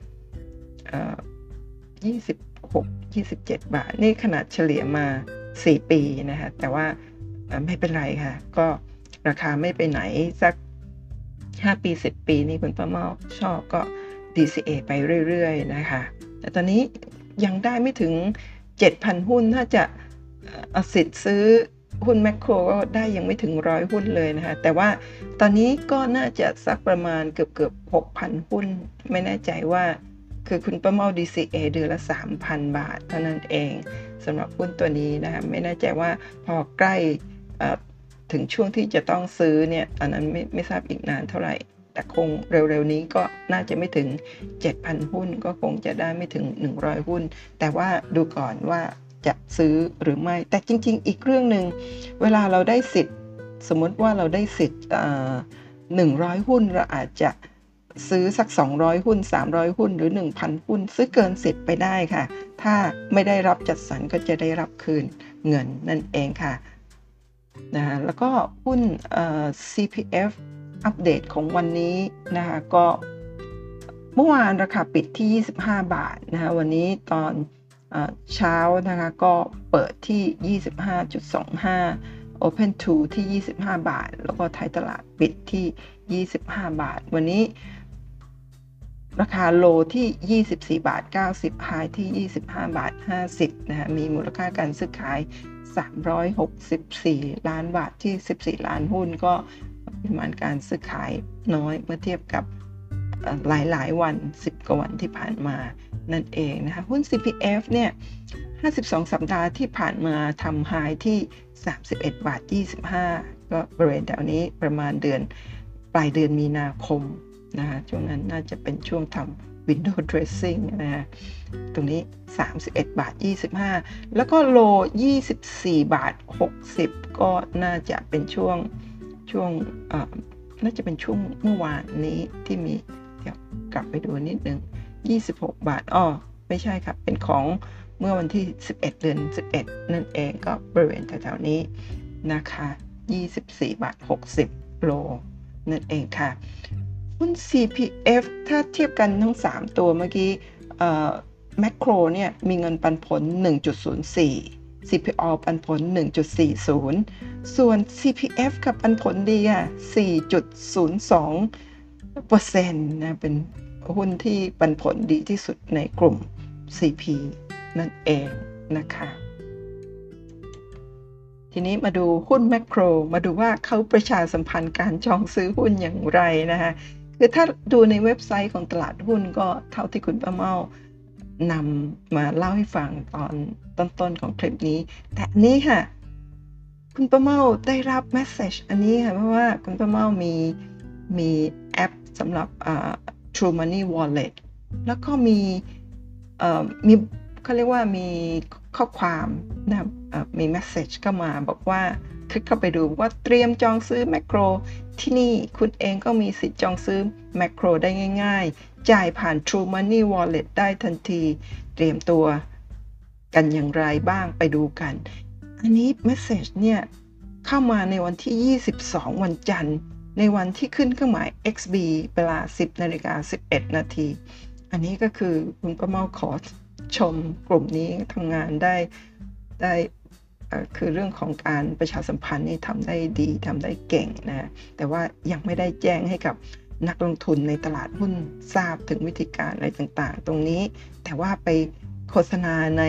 26-27 บาทนี่ขนาดเฉลี่ยมา4 ปีนะคะแต่ว่าไม่เป็นไรค่ะก็ราคาไม่ไปไหนสัก5 ปี10 ปีนี่คุณป้าเมาชอบก็ DCA ไปเรื่อยๆนะคะแต่ตอนนี้ยังได้ไม่ถึง 7,000 หุ้นถ้าจะเอาสิทธิ์ซื้อหุ้นแมคโครก็ได้ยังไม่ถึง100 หุ้นเลยนะคะแต่ว่าตอนนี้ก็น่าจะสักประมาณเกือบ 6,000 หุ้นไม่แน่ใจว่าคือคุณป้าเมา DCA เดือนละ 3,000 บาทเท่านั้นเองสำหรับหุ้นตัวนี้นะคะไม่แน่ใจว่าพอใกล้ถึงช่วงที่จะต้องซื้อเนี่ยตอนนั้นไม่ทราบอีกนานเท่าไหร่แต่คงเร็วๆนี้ก็น่าจะไม่ถึง 7,000 หุ้นก็คงจะได้ไม่ถึง100 หุ้นแต่ว่าดูก่อนว่าจะซื้อหรือไม่แต่จริงๆอีกเรื่องนึงเวลาเราได้สิทธิ์สมมติว่าเราได้สิทธิ์100 หุ้นเราอาจจะซื้อสัก200 หุ้น300 หุ้นหรือ 1,000 หุ้นซื้อเกินสิทธิ์ไปได้ค่ะถ้าไม่ได้รับจัดสรรก็จะได้รับคืนเงินนั่นเองค่ะนะแล้วก็หุ้นCPF อัปเดตของวันนี้นะคะก็เมื่อวานราคาปิดที่25 บาทนะคะวันนี้ตอนเช้านะคะก็เปิดที่ 25.25 Open to ที่25 บาทแล้วก็ท้ายตลาดปิดที่25 บาทวันนี้ราคาโลที่24 บาท 90 High ที่25 บาท 50นะคะมีมูลค่าการซื้อขาย364 ล้านบาทที่14ล้านหุ้นก็ปริมาณการซื้อขายน้อยเมื่อเทียบกับหลายวัน10 กว่าวันที่ผ่านมานั่นเองนะคะหุ้น CPF เนี่ย52 สัปดาห์ที่ผ่านมาทำไฮที่31 บาท 25ก็บริเวณแถวนี้ประมาณปลายเดือนมีนาคมนะคะช่วงนั้นน่าจะเป็นช่วงทำ window dressing นะฮะตรงนี้31 บาท 25แล้วก็โล24 บาท 60ก็น่าจะเป็นช่วงน่าจะเป็นช่วงเมื่อวานนี้ที่มีเดี๋ยวกลับไปดูนิดนึง26 บาทไม่ใช่ครับเป็นของเมื่อวันที่11เดือน11นั่นเองก็บริเวณแถวๆนี้นะคะ24 บาท 60โลนั่นเองค่ะหุ้น CPF ถ้าเทียบกันทั้ง3ตัวเมื่อกี้แมคโครเนี่ยมีเงินปันผล 1.04 CPO ปันผล 1.40 ส่วน CPF กับปันผลดีอ่ะ 4.02% นะเป็นหุ้นที่ปันผลดีที่สุดในกลุ่ม CP นั่นเองนะคะทีนี้มาดูหุ้นแมคโครมาดูว่าเขาประชาสัมพันธ์การจองซื้อหุ้นอย่างไรนะคะคือถ้าดูในเว็บไซต์ของตลาดหุ้นก็เท่าที่คุณป้าเมานำมาเล่าให้ฟังตอนต้นๆของคลิปนี้แต่นี้ค่ะคุณป้าเม้าได้รับเมสเซจอันนี้ค่ะเพราะว่าคุณป้าเม้ามีแอปสำหรับTrue Money Wallet แล้วก็มีเขาเรียกว่ามีข้อความนะมีเมสเซจเข้ามาบอกว่าคลิกเข้าไปดูว่าเตรียมจองซื้อแมคโครที่นี่คุณเองก็มีสิทธิ์จองซื้อแมคโครได้ง่ายๆจ่ายผ่าน True Money Wallet ได้ทันทีเตรียมตัวกันอย่างไรบ้างไปดูกันอันนี้เมสเซจเนี่ยเข้ามาในวันที่22วันจันทร์ในวันที่ขึ้นเครื่องหมาย XB เวลา 10:11 นาทีอันนี้ก็คือคุณป้าเม้าขอชมกลุ่มนี้ทำงานได้คือเรื่องของการประชาสัมพันธ์นี่ทำได้ดีทำได้เก่งนะแต่ว่ายังไม่ได้แจ้งให้กับนักลงทุนในตลาดหุ้นทราบถึงวิธีการอะไรต่างๆตรงนี้แต่ว่าไปโฆษณาใน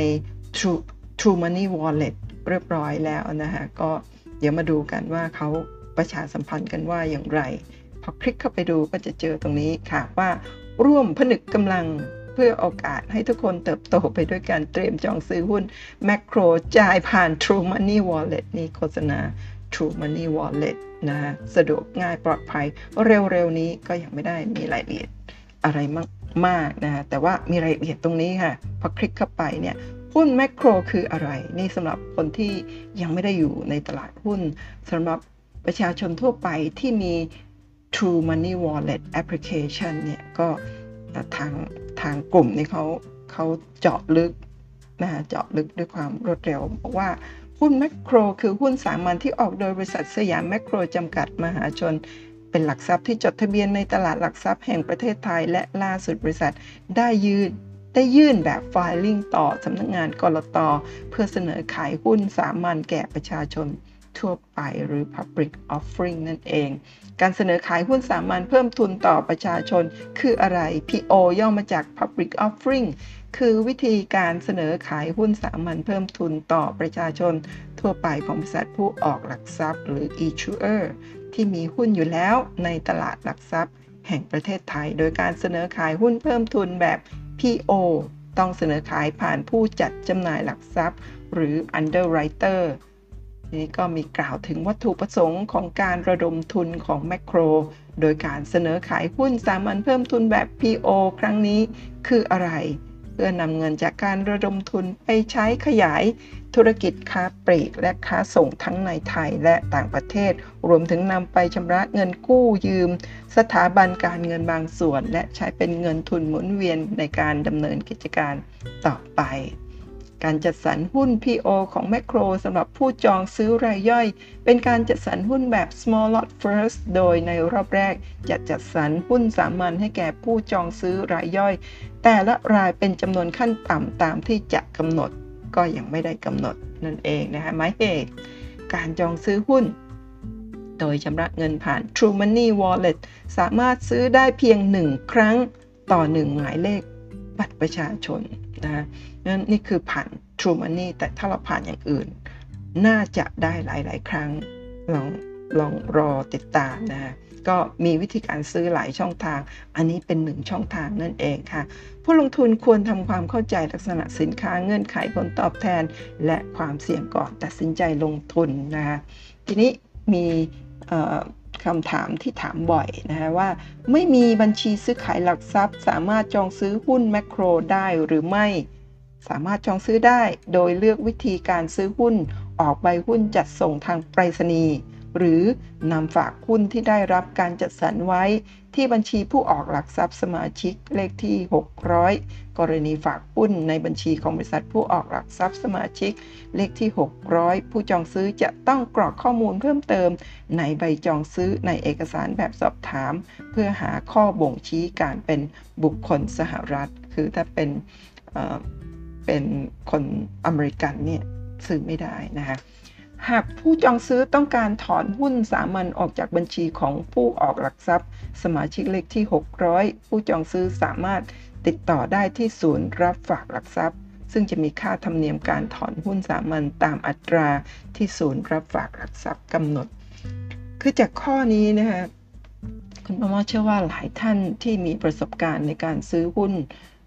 True Money Wallet เรียบร้อยแล้วนะคะก็เดี๋ยวมาดูกันว่าเขาประชาสัมพันธ์กันว่าอย่างไรพอคลิกเข้าไปดูก็จะเจอตรงนี้ค่ะว่าร่วมผนึกกำลังเพื่อโอกาสให้ทุกคนเติบโตไปด้วยการเตรียมจองซื้อหุ้นแมคโครจ่ายผ่าน True Money Wallet นี่โฆษณา True Money Wallet นะสะดวกง่ายปลอดภัยเร็วๆนี้ก็ยังไม่ได้มีรายละเอียดอะไรมากนะแต่ว่ามีรายละเอียดตรงนี้ค่ะพอคลิกเข้าไปเนี่ยหุ้นแมคโครคืออะไรนี่สำหรับคนที่ยังไม่ได้อยู่ในตลาดหุ้นสำหรับประชาชนทั่วไปที่มี True Money Wallet Application เนี่ยก็ทางกลุ่มนี้เขาเจาะลึกเจาะลึกด้วยความรวดเร็วบอกว่าหุ้นแมคโครคือหุ้นสามัญที่ออกโดยบริษัทสยามแมคโครจำกัดมหาชนเป็นหลักทรัพย์ที่จดทะเบียนในตลาดหลักทรัพย์แห่งประเทศไทยและล่าสุดบริษัทได้ยื่นแบบไฟลิ่งต่อสำนักงานกลต.เพื่อเสนอขายหุ้นสามัญแก่ประชาชนทั่วไปหรือ Public Offering นั่นเองการเสนอขายหุ้นสามัญเพิ่มทุนต่อประชาชนคืออะไร PO ย่อมาจาก Public Offering คือวิธีการเสนอขายหุ้นสามัญเพิ่มทุนต่อประชาชนทั่วไปของบริษัทผู้ออกหลักทรัพย์หรือ Issuer ที่มีหุ้นอยู่แล้วในตลาดหลักทรัพย์แห่งประเทศไทยโดยการเสนอขายหุ้นเพิ่มทุนแบบ PO ต้องเสนอขายผ่านผู้จัดจำหน่ายหลักทรัพย์หรือ Underwriter นี้ก็มีกล่าวถึงวัตถุประสงค์ของการระดมทุนของแมคโครโดยการเสนอขายหุ้นสามัญเพิ่มทุนแบบ PO ครั้งนี้คืออะไรเพื่อนำเงินจากการระดมทุนไปใช้ขยายธุรกิจค้าปลีกและค้าส่งทั้งในไทยและต่างประเทศรวมถึงนำไปชำระเงินกู้ยืมสถาบันการเงินบางส่วนและใช้เป็นเงินทุนหมุนเวียนในการดำเนินกิจการต่อไปการจัดสรรหุ้น PO ของแมคโครสำหรับผู้จองซื้อรายย่อยเป็นการจัดสรรหุ้นแบบ small lot first โดยในรอบแรกจะจัดสรรหุ้นสามัญให้แก่ผู้จองซื้อรายย่อยแต่ละรายเป็นจำนวนขั้นต่ำตามที่จะกำหนดก็ยังไม่ได้กำหนดนั่นเองนะคะหมายเหตุการจองซื้อหุ้นโดยชำระเงินผ่าน True Money Wallet สามารถซื้อได้เพียง1ครั้งต่อ1หมายเลขบัตรประชาชนนะนั่นนี่คือผ่าน True Money แต่ถ้าเราผ่านอย่างอื่นน่าจะได้หลายๆครั้งลองรอติดตามนะก็มีวิธีการซื้อหลายช่องทางอันนี้เป็น1ช่องทางนั่นเองค่ะผู้ลงทุนควรทำความเข้าใจลักษณะสินค้าเงื่อนไขผลตอบแทนและความเสี่ยงก่อนตัดสินใจลงทุนนะคะทีนี้มีคำถามที่ถามบ่อยนะคะว่าไม่มีบัญชีซื้อขายหลักทรัพย์สามารถจองซื้อหุ้นแมคโครได้หรือไม่สามารถจองซื้อได้โดยเลือกวิธีการซื้อหุ้นออกใบหุ้นจัดส่งทางไปรษณีย์หรือนำฝากหุ้นที่ได้รับการจัดสรรไว้ที่บัญชีผู้ออกหลักทรัพย์สมาชิกเลขที่600กรณีฝากหุ้นในบัญชีของบริษัทผู้ออกหลักทรัพย์สมาชิกเลขที่600ผู้จองซื้อจะต้องกรอกข้อมูลเพิ่มเติมในใบจองซื้อในเอกสารแบบสอบถามเพื่อหาข้อบ่งชี้การเป็นบุคคลสหรัฐคือถ้าเป็นคนอเมริกันเนี่ยซื้อไม่ได้นะคะหากผู้จองซื้อต้องการถอนหุ้นสามัญออกจากบัญชีของผู้ออกหลักทรัพย์สมาชิกเลขที่600ผู้จองซื้อสามารถติดต่อได้ที่ศูนย์รับฝากหลักทรัพย์ซึ่งจะมีค่าธรรมเนียมการถอนหุ้นสามัญตามอัตราที่ศูนย์รับฝากหลักทรัพย์กำหนดคือจากข้อนี้นะคะคุณประเมาเชื่อว่าหลายท่านที่มีประสบการณ์ในการซื้อหุ้น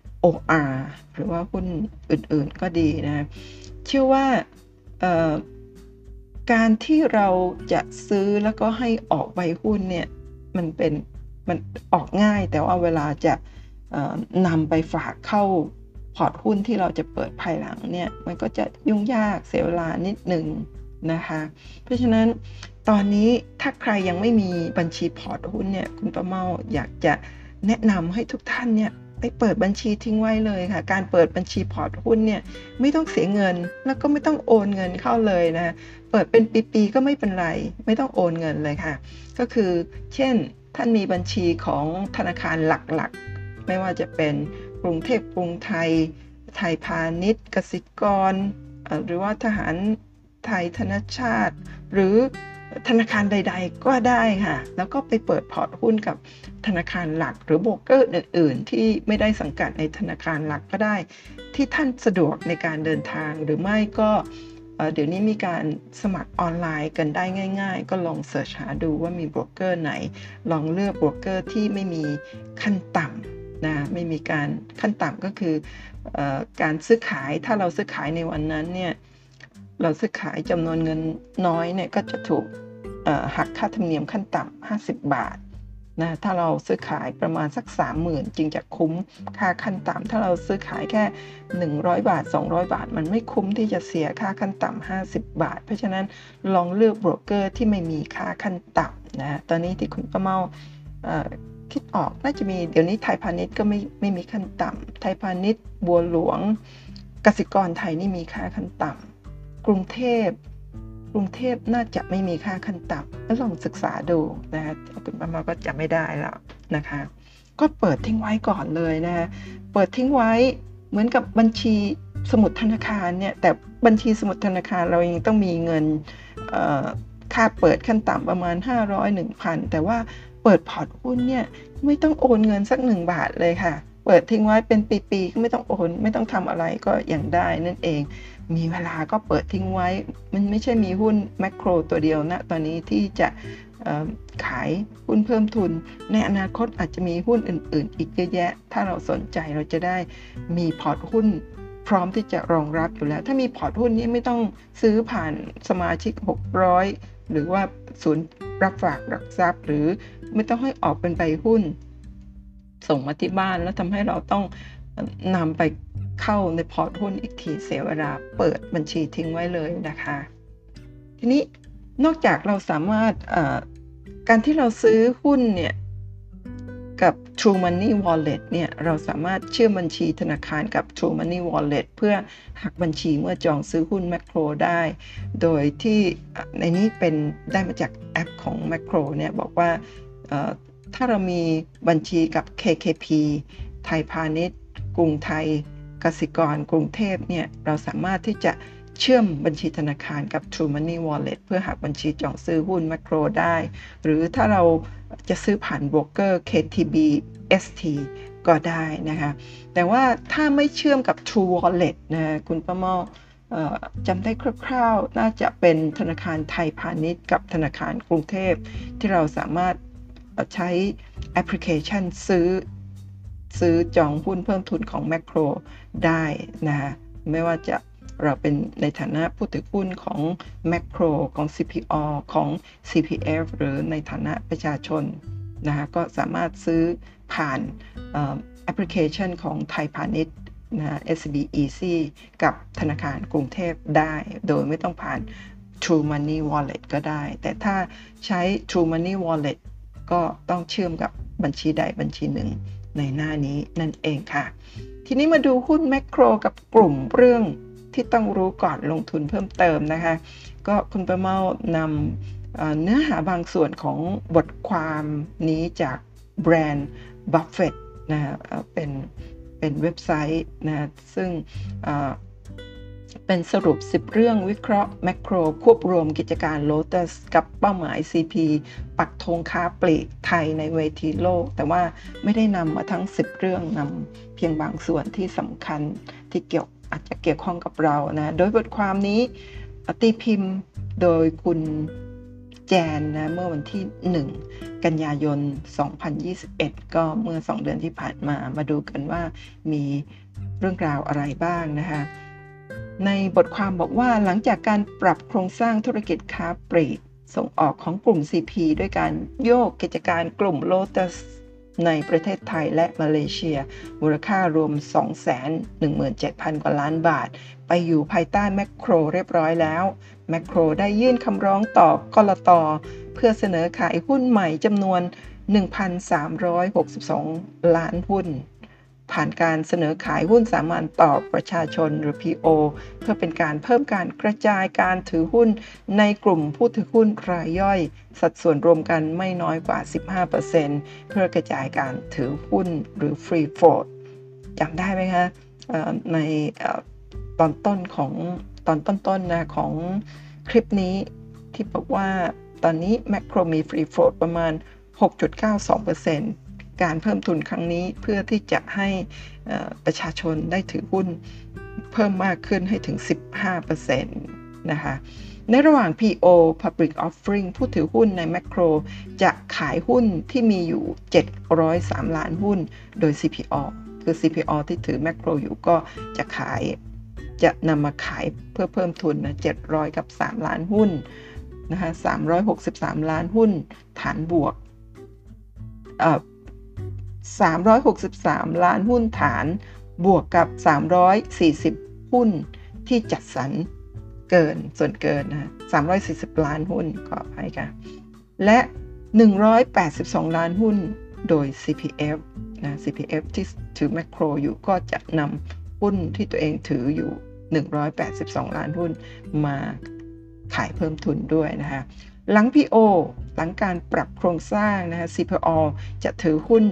OR หรือว่าหุ้นอื่นๆก็ดีนะเชื่อว่าการที่เราจะซื้อแล้วก็ให้ออกใบหุ้นเนี่ยมันออกง่ายแต่ว่าเวลาจะนำไปฝากเข้าพอร์ตหุ้นที่เราจะเปิดภายหลังเนี่ยมันก็จะยุ่งยากเสียเวลานิดหนึ่งนะคะเพราะฉะนั้นตอนนี้ถ้าใครยังไม่มีบัญชีพอร์ตหุ้นเนี่ยคุณประเมาอยากจะแนะนำให้ทุกท่านเนี่ยไปเปิดบัญชีทิ้งไว้เลยค่ะการเปิดบัญชีพอร์ตหุ้นเนี่ยไม่ต้องเสียเงินแล้วก็ไม่ต้องโอนเงินเข้าเลยนะเปิดเป็นปีๆก็ไม่เป็นไรไม่ต้องโอนเงินเลยค่ะก็คือเช่นท่านมีบัญชีของธนาคารหลักๆไม่ว่าจะเป็นกรุงเทพกรุงไทยไทยพาณิชย์กสิกรหรือว่าทหารไทยธนชาติหรือธนาคารใดๆก็ได้ค่ะแล้วก็ไปเปิดพอร์ตหุ้นกับธนาคารหลักหรือโบรกเกอร์อื่นๆที่ไม่ได้สังกัดในธนาคารหลักก็ได้ที่ท่านสะดวกในการเดินทางหรือไม่ก็เดี๋ยวนี้มีการสมัครออนไลน์กันได้ง่ายๆก็ลองเสิร์ชหาดูว่ามีโบรกเกอร์ไหนลองเลือกโบรกเกอร์ที่ไม่มีขั้นต่ำนะไม่มีการขั้นต่ำก็คือการซื้อขายถ้าเราซื้อขายในวันนั้นเนี่ยเราซื้อขายจำนวนเงินน้อยเนี่ยก็จะถูกหักค่าธรรมเนียมขั้นต่ำ50 บาทนะถ้าเราซื้อขายประมาณสัก 30,000 จึงจะคุ้มค่าขั้นต่ำถ้าเราซื้อขายแค่100 บาท200 บาทมันไม่คุ้มที่จะเสียค่าขั้นต่ำ50 บาทเพราะฉะนั้นลองเลือกโบรกเกอร์ที่ไม่มีค่าขั้นต่ำนะตอนนี้ที่คุณป้าเมาคิดออกน่าจะมีเดี๋ยวนี้ไทยพาณิชย์ก็ไม่มีขั้นต่ำไทยพาณิชย์บัวหลวงกสิกรไทยนี่มีค่าขั้นต่ำกรุงเทพน่าจะไม่มีค่าขั้นต่ำแล้วลองศึกษาดูนะคะคุณป้าเมาก็จะไม่ได้แล้วนะคะก็เปิดทิ้งไว้ก่อนเลยนะเปิดทิ้งไว้เหมือนกับบัญชีสมุดธนาคารเนี่ยแต่บัญชีสมุดธนาคารเรายังต้องมีเงินค่าเปิดขั้นต่ำประมาณ500 1,000แต่ว่าเปิดพอร์ตหุ้นเนี่ยไม่ต้องโอนเงินสัก1 บาทเลยค่ะเปิดทิ้งไว้เป็นปีๆก็ไม่ต้องโอนไม่ต้องทำอะไรก็ยังได้นั่นเองมีเวลาก็เปิดทิ้งไว้มันไม่ใช่มีหุ้นแมคโครตัวเดียวนะตอนนี้ที่จะขายหุ้นเพิ่มทุนในอนาคตอาจจะมีหุ้นอื่นๆอีกเยอะแยะถ้าเราสนใจเราจะได้มีพอร์ตหุ้นพร้อมที่จะรองรับอยู่แล้วถ้ามีพอร์ตหุ้นนี้ไม่ต้องซื้อผ่านสมาชิก600หรือว่าศูนย์รับฝากหลักทรัพย์หรือไม่ต้องให้ออกเป็นใบหุ้นส่งมาที่บ้านแล้วทำให้เราต้องนำไปเข้าในพอร์ตหุ้นอีกทีเสียเวลาเปิดบัญชีทิ้งไว้เลยนะคะทีนี้นอกจากเราสามารถการที่เราซื้อหุ้นเนี่ยกับ True Money Wallet เนี่ยเราสามารถเชื่อมบัญชีธนาคารกับ True Money Wallet เพื่อหักบัญชีเมื่อจองซื้อหุ้นแมคโครได้โดยที่ในนี้เป็นได้มาจากแอปของแมคโครเนี่ยบอกว่าถ้าเรามีบัญชีกับ KKP ไทยพาณิชย์กรุงไทยกสิกรกรุงเทพเนี่ยเราสามารถที่จะเชื่อมบัญชีธนาคารกับ True Money Wallet เพื่อหักบัญชีจองซื้อหุ้นแมคโครได้หรือถ้าเราจะซื้อผ่านโบรกเกอร์ KTB ST ก็ได้นะคะแต่ว่าถ้าไม่เชื่อมกับ True Wallet นะคุณป้าเมาจำได้คร่าวๆน่าจะเป็นธนาคารไทยพาณิชย์กับธนาคารกรุงเทพที่เราสามารถใช้แอปพลิเคชันซื้อจองหุ้นเพิ่มทุนของแมคโครได้นะไม่ว่าจะเราเป็นในฐานะผู้ถือหุ้นของแมคโครของ CPO ของ CPF หรือในฐานะประชาชนนะคะก็สามารถซื้อผ่านแอปพลิเคชันของไทยพาณิชย์นะ SB Easy กับธนาคารกรุงเทพได้โดยไม่ต้องผ่าน True Money Wallet ก็ได้แต่ถ้าใช้ True Money Wallet ก็ต้องเชื่อมกับบัญชีใดบัญชีหนึ่งในหน้านี้นั่นเองค่ะทีนี้มาดูหุ้นแมคโครกับกลุ่มเรื่องที่ต้องรู้ก่อนลงทุนเพิ่มเติมนะคะก็คุณประเมานำเนื้อหาบางส่วนของบทความนี้จากแบรนด์ Buffett นะเป็นเว็บไซต์นะซึ่งเป็นสรุป10เรื่องวิเคราะห์แมคโครควบรวมกิจการ Lotus กับเป้าหมาย CP ปักธงค้าปลีกไทยในเวทีโลกแต่ว่าไม่ได้นำมาทั้ง10เรื่องนำเพียงบางส่วนที่สำคัญที่อาจจะเกี่ยวข้องกับเรานะโดยบทความนี้ตีพิมพ์โดยคุณแจนนะเมื่อวันที่1กันยายน2021ก็เมื่อ2เดือนที่ผ่านมาดูกันว่ามีเรื่องราวอะไรบ้างนะคะในบทความบอกว่าหลังจากการปรับโครงสร้างธุรกิจค้าปลีกส่งออกของกลุ่ม CP ด้วยการโยกกิจการกลุ่ม Lotus ในประเทศไทยและมาเลเซียมูลค่ารวม 217,000 กว่าล้านบาทไปอยู่ภายใต้แมคโครเรียบร้อยแล้วแมคโครได้ยื่นคำร้องต่อกลต.เพื่อเสนอขายหุ้นใหม่จำนวน 1,362 ล้านหุ้นผ่านการเสนอขายหุ้นสามัญต่อประชาชนหรือ PO เพื่อเป็นการเพิ่มการกระจายการถือหุ้นในกลุ่มผู้ถือหุ้นรายย่อยสัดส่วนรวมกันไม่น้อยกว่า 15% เพื่อกระจายการถือหุ้นหรือ Free Float จำได้ไหมคะในตอนต้นนะของคลิปนี้ที่บอกว่าตอนนี้แมคโครมี Free Float ประมาณ 6.92%การเพิ่มทุนครั้งนี้เพื่อที่จะให้ประชาชนได้ถือหุ้นเพิ่มมากขึ้นให้ถึง 15% นะคะในระหว่าง PO Public Offering ผู้ถือหุ้นในแมคโครจะขายหุ้นที่มีอยู่703ล้านหุ้นโดย CPO คือ CPO ที่ถือแมคโครอยู่ก็จะนำมาขายเพื่อเพิ่มทุนนะ700กับ3ล้านหุ้นนะคะ363ล้านหุ้นฐานบวก363ล้านหุ้นฐานบวกกับ340หุ้นที่จัดสรรเกินส่วนเกินนะ340ล้านหุ้นขออภัยค่ะและ182ล้านหุ้นโดย CPF นะ CPF ที่ถือแมคโครอยู่ก็จะนำหุ้นที่ตัวเองถืออยู่182ล้านหุ้นมาขายเพิ่มทุนด้วยนะคะหลัง PO หลังการปรับโครงสร้างนะคะ CPO จะถือหุ้น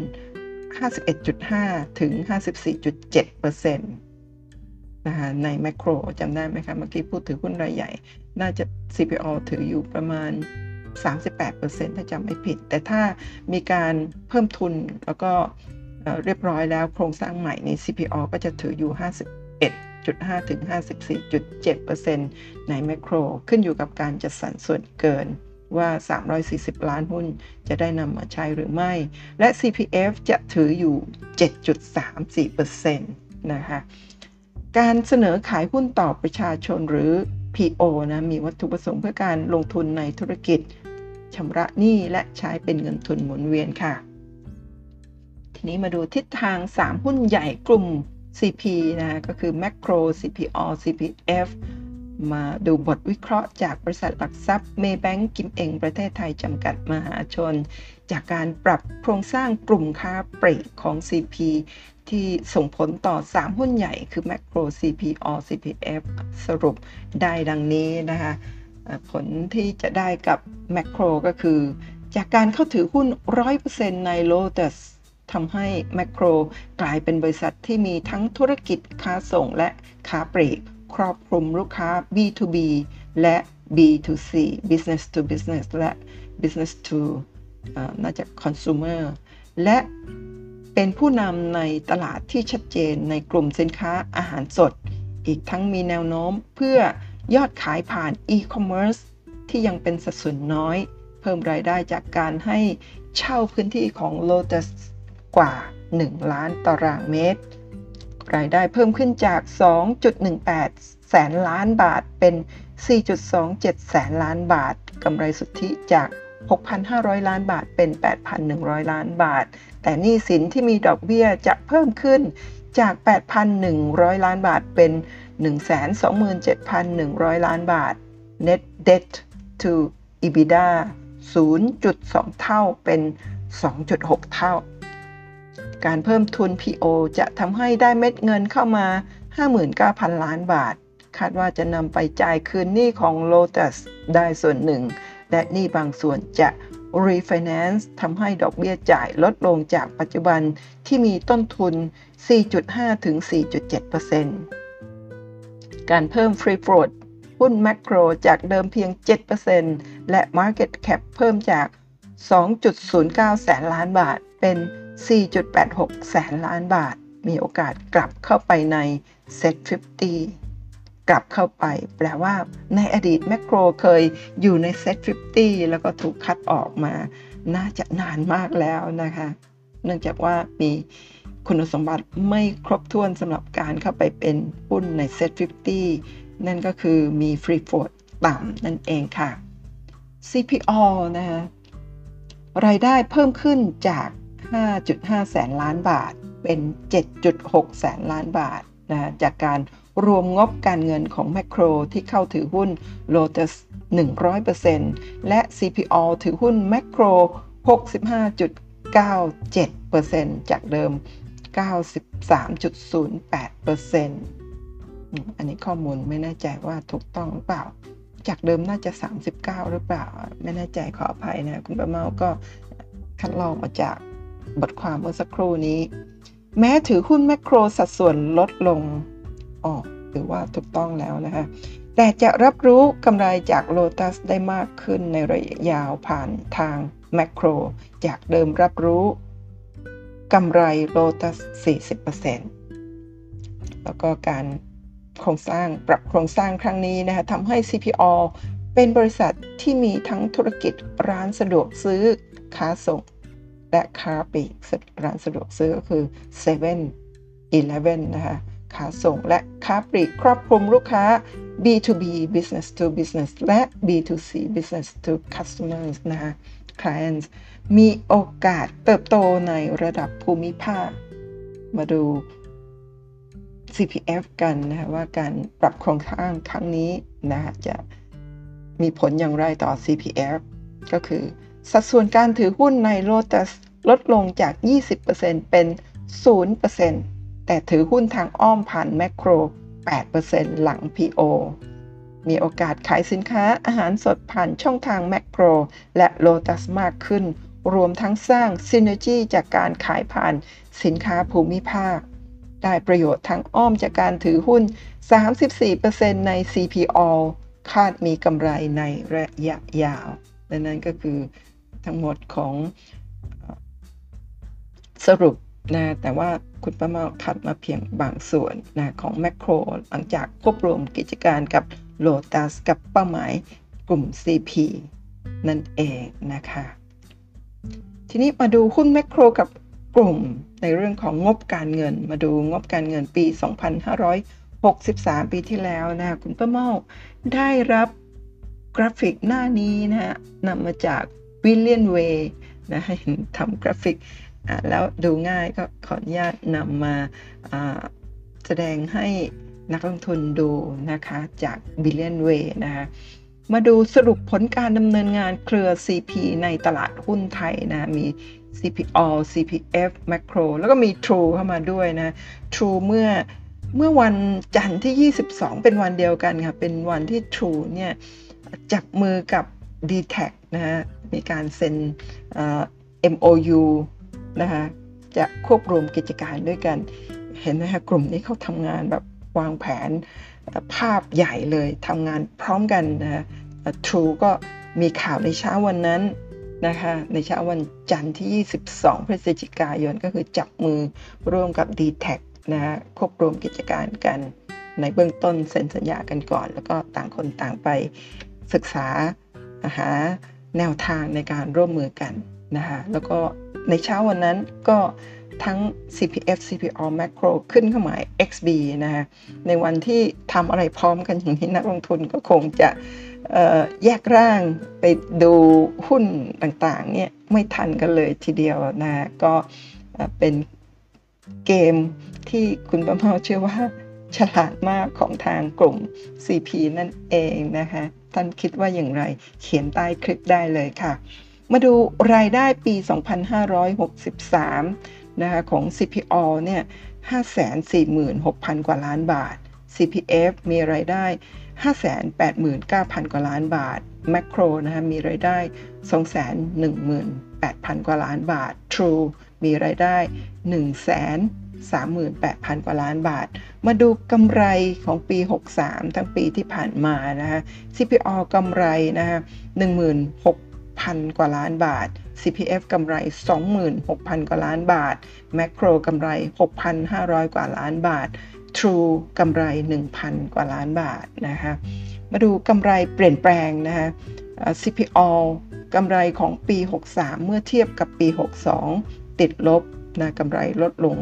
51.5 ถึง 54.7% นะคะในแมคโครจำได้ไหมคะเมื่อกี้พูดถือหุ้นรายใหญ่น่าจะ CPO ถืออยู่ประมาณ 38% ถ้าจำไม่ผิดแต่ถ้ามีการเพิ่มทุนแล้วก็เรียบร้อยแล้วโครงสร้างใหม่ใน CPO ก็จะถืออยู่ 51.5 ถึง 54.7% ในแมคโครขึ้นอยู่กับการจัดสรรส่วนเกินว่า340ล้านหุ้นจะได้นำมาใช้หรือไม่และ CPF จะถืออยู่ 7.34% นะคะการเสนอขายหุ้นต่อประชาชนหรือ PO นะมีวัตถุประสงค์เพื่อการลงทุนในธุรกิจชำระหนี้และใช้เป็นเงินทุนหมุนเวียนค่ะทีนี้มาดูทิศทาง3หุ้นใหญ่กลุ่ม CP นะก็คือ Macro CPO CPF มาดูบทวิเคราะห์จากบริษัทหลักทรัพย์ Maybank กิมเองประเทศไทยจำกัดมหาชนจากการปรับโครงสร้างกลุ่มค้าปลีกของ CP ที่ส่งผลต่อ3หุ้นใหญ่คือ Macro CPO CPF สรุปได้ดังนี้นะคะผลที่จะได้กับ Macro ก็คือจากการเข้าถือหุ้น 100% ใน Lotus ทำให้แมคโครกลายเป็นบริษัทที่มีทั้งธุรกิจค้าส่งและค้าปลีกครอบคลุมลูกค้า B2B และ B2C Business to Business และ Business to น่าจะ Consumer และเป็นผู้นำในตลาดที่ชัดเจนในกลุ่มสินค้าอาหารสดอีกทั้งมีแนวโน้มเพื่อยอดขายผ่าน e-commerce ที่ยังเป็นสัดส่วนน้อยเพิ่มรายได้จากการให้เช่าพื้นที่ของ Lotusกว่า1ล้านตารางเมตรรายได้เพิ่มขึ้นจาก 2.18 แสนล้านบาทเป็น 4.27 แสนล้านบาทกำไรสุทธิจาก 6,500 ล้านบาทเป็น 8,100 ล้านบาทแต่หนี้สินที่มีดอกเบี้ยจะเพิ่มขึ้นจาก 8,100 ล้านบาทเป็น 127,100 ล้านบาท Net Debt to EBITDA 0.2 เท่าเป็น 2.6 เท่าการเพิ่มทุน PO จะทำให้ได้เม็ดเงินเข้ามา 59,000 ล้านบาทคาดว่าจะนำไปจ่ายคืนหนี้ของ Lotus ได้ส่วนหนึ่งและหนี้บางส่วนจะ refinance ทำให้ดอกเบี้ยจ่ายลดลงจากปัจจุบันที่มีต้นทุน 4.5 ถึง 4.7% การเพิ่ม Free Float หุ้น Macro จากเดิมเพียง 7% และ Market Cap เพิ่มจาก 2.09 แสนล้านบาทเป็น 4.86 แสนล้านบาทมีโอกาสกลับเข้าไปใน Set 50 กลับเข้าไปแปลว่าในอดีตแมคโครเคยอยู่ใน Set 50 แล้วก็ถูกคัดออกมาน่าจะนานมากแล้วนะคะเนื่องจากว่ามีคุณสมบัติไม่ครบถ้วนสำหรับการเข้าไปเป็นหุ้นใน Set 50 นั่นก็คือมี Free Float ต่ำนั่นเองค่ะ CPO นะคะรายได้เพิ่มขึ้นจาก 5.5 แสนล้านบาทเป็น 7.6 แสนล้านบาทนะจากการรวมงบการเงินของแมคโครที่เข้าถือหุ้น Lotus 100% และ CPO ถือหุ้นแมคโคร 65.97% จากเดิม 93.08%อันนี้ข้อมูลไม่แน่ใจว่าถูกต้องหรือเปล่าจากเดิมน่าจะ39หรือเปล่าไม่แน่ใจขออภัยนะคุณประเมาก็คัดลอกมาจากบทความเมื่อสักครู่นี้แม้ถือหุ้นแมคโครสัดส่วนลดลงถือว่าถูกต้องแล้วนะคะแต่จะรับรู้กำไรจาก Lotus ได้มากขึ้นในระยะยาวผ่านทางแมคโครจากเดิมรับรู้กำไร Lotus 40% แล้วก็การโครงสร้างปรับโครงสร้างครั้งนี้นะคะทำให้ CPO เป็นบริษัทที่มีทั้งธุรกิจร้านสะดวกซื้อค้าส่งและค้าปลีกร้านสะดวกซื้อก็คือ 7-Eleven นะคะค้าส่งและค้าปลีกครอบคลุมลูกค้า B2B business to business และ B2C business to customers นะคะ clients มีโอกาสเติบโตในระดับภูมิภาคมาดู CPF กันนะคะว่าการปรับโครงสร้างครั้งนี้นะจะมีผลอย่างไรต่อ CPF ก็คือสัดส่วนการถือหุ้นใน Lotus ลดลงจาก 20% เป็น 0% แต่ถือหุ้นทางอ้อมผ่านแมคโคร 8% หลัง PO มีโอกาสขายสินค้าอาหารสดผ่านช่องทางแมคโครและ Lotus มากขึ้นรวมทั้งสร้าง Synergy จากการขายผ่านสินค้าภูมิภาคได้ประโยชน์ทางอ้อมจากการถือหุ้น 34% ใน CPO คาดมีกำไรในระยะยาวและนั่นก็คือทั้งหมดของสรุปนะแต่ว่าคุณประมาคัดมาเพียงบางส่วนนะของแมคโครหลังจากควบรวมกิจการกับ Lotus กับเป้าหมายกลุ่ม CP นั่นเองนะคะทีนี้มาดูหุ้นแมคโครกับกลุ่มในเรื่องของงบการเงินมาดูงบการเงินปี 2563 ปีที่แล้วนะคุณป้าเมาได้รับกราฟิกหน้านี้นะนำมาจาก William Way นะให้ทำกราฟิกแล้วดูง่ายก็ขออนุญาตนำมาแสดงให้นักลงทุนดูนะคะจาก William Way นะคะมาดูสรุปผลการดำเนินงานเครือ CP ในตลาดหุ้นไทยนะมี CPO CPF Macro แล้วก็มี True เข้ามาด้วยนะ True เมื่อวันจันทร์ที่ 22 เป็นวันเดียวกันค่ะเป็นวันที่ True เนี่ยจับมือกับ DTAC นะฮะมีการเซ็นMOU นะคะจะควบรวมกิจการด้วยกันเห็นไหมคะกลุ่มนี้เขาทำงานแบบวางแผนภาพใหญ่เลยทำงานพร้อมกันนะ True ก็มีข่าวในเช้าวันนั้นนะคะในเช้าวันจันทร์ที่ 22 พฤศจิกายนก็คือจับมือร่วมกับ DTAC นะฮะควบรวมกิจการกันในเบื้องต้นเซ็นสัญญากันก่อนแล้วก็ต่างคนต่างไปศึกษาหาแนวทางในการร่วมมือกันนะคะแล้วก็ในเช้าวันนั้นก็ทั้ง CPF CPO Macro ขึ้นเครื่องหมาย XB นะคะในวันที่ทำอะไรพร้อมกันอย่างที่นักลงทุนก็คงจะแยกร่างไปดูหุ้นต่างๆเนี่ยไม่ทันกันเลยทีเดียวนะก็เป็นเกมที่คุณประเมาเชื่อว่าฉลาดมากของทางกลุ่ม CP นั่นเองนะคะท่านคิดว่าอย่างไรเขียนใต้คลิปได้เลยค่ะมาดูรายได้ปี 2563 นะคะของ CPO เนี่ย 546,000 กว่าล้านบาท CPF มีรายได้ 589,000 กว่าล้านบาท Macro นะคะมีรายได้ 218,000 กว่าล้านบาท True มีรายได้ 138,000 กว่าล้านบาทมาดูกำไรของปี 63 ทั้งปีที่ผ่านมานะคะ CPO กำไรนะคะ16,000 กว่าล้านบาท CPF กำไร 26,000 กว่าล้านบาท Macro กำไร 6,500 กว่าล้านบาท True กำไร 1,000 กว่าล้านบาทนะคะมาดูกำไรเปลี่ยนแปลงนะคะ CPO กำไรของปี 63 เมื่อเทียบกับปี 62 ติดลบนะกำไรลดลง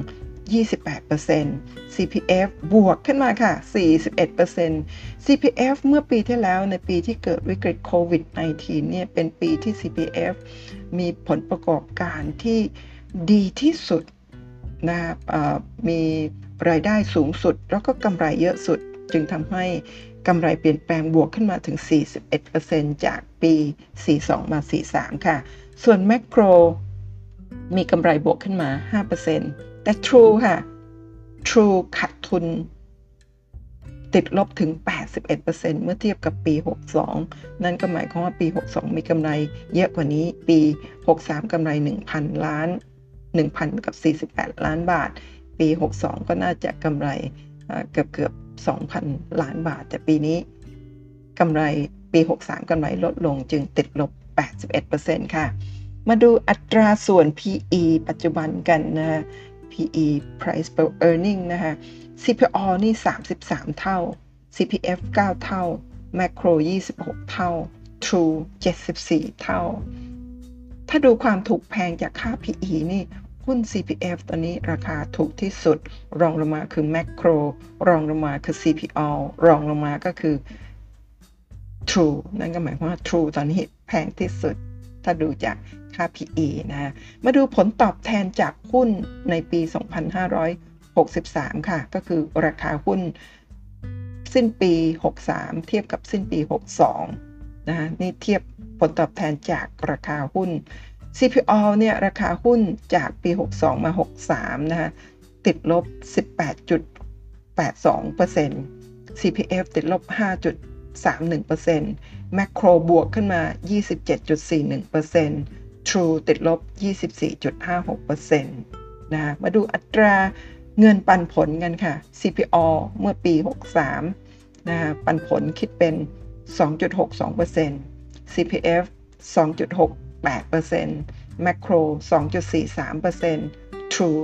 28% CPF บวกขึ้นมาค่ะ 41% CPF เมื่อปีที่แล้วในปีที่เกิดวิกฤตโควิด -19 เนี่ยเป็นปีที่ CPF มีผลประกอบการที่ดีที่สุดนะครับมีรายได้สูงสุดแล้วก็กำไรเยอะสุดจึงทำให้กำไรเปลี่ยนแปลงบวกขึ้นมาถึง 41% จากปี 42 มา 43 ค่ะส่วนแมคโครมีกำไรบวกขึ้นมา 5% แต่ True ค่ะ True ขาดทุนติดลบถึง 81% เมื่อเทียบกับปี 62 นั่นก็หมายความว่าปี 62 มีกำไรเยอะกว่านี้ปี 63 กำไร 1,000 ล้าน 1,048 ล้านบาทปี 62 ก็น่าจะกำไรเกือบ 2,000 ล้านบาทแต่ปีนี้กำไรปี 63 กำไรลดลงจึงติดลบ 81% ค่ะมาดูอัตราส่วน PE ปัจจุบันกันนะ PE Price per Earning นะคะ CPO นี่33เท่า CPF 9เท่า Macro 26เท่า True 74เท่าถ้าดูความถูกแพงจากค่า PE นี่หุ้น CPF ตอนนี้ราคาถูกที่สุดรองลงมาคือ Macro รองลงมาคือ CPO รองลงมาก็คือ True นั่นก็หมายความว่า True ตอนนี้แพงที่สุดถ้าดูจากค่า PE นะมาดูผลตอบแทนจากหุ้นในปี 2563 ค่ะก็คือราคาหุ้นสิ้นปี 63 เทียบกับสิ้นปี 62 นะนี่เทียบผลตอบแทนจากราคาหุ้น CPO เนี่ยราคาหุ้นจากปี 62 มา 63 นะคะติดลบ 18.82% CPF ติดลบ 5.31% Macro บวกขึ้นมา 27.41% True ติดลบ 24.56% นะมาดูอัตราเงินปันผลกันค่ะ CPO เมื่อปี 63 นะปันผลคิดเป็น 2.62% CPF 2.68% Macro 2.43% True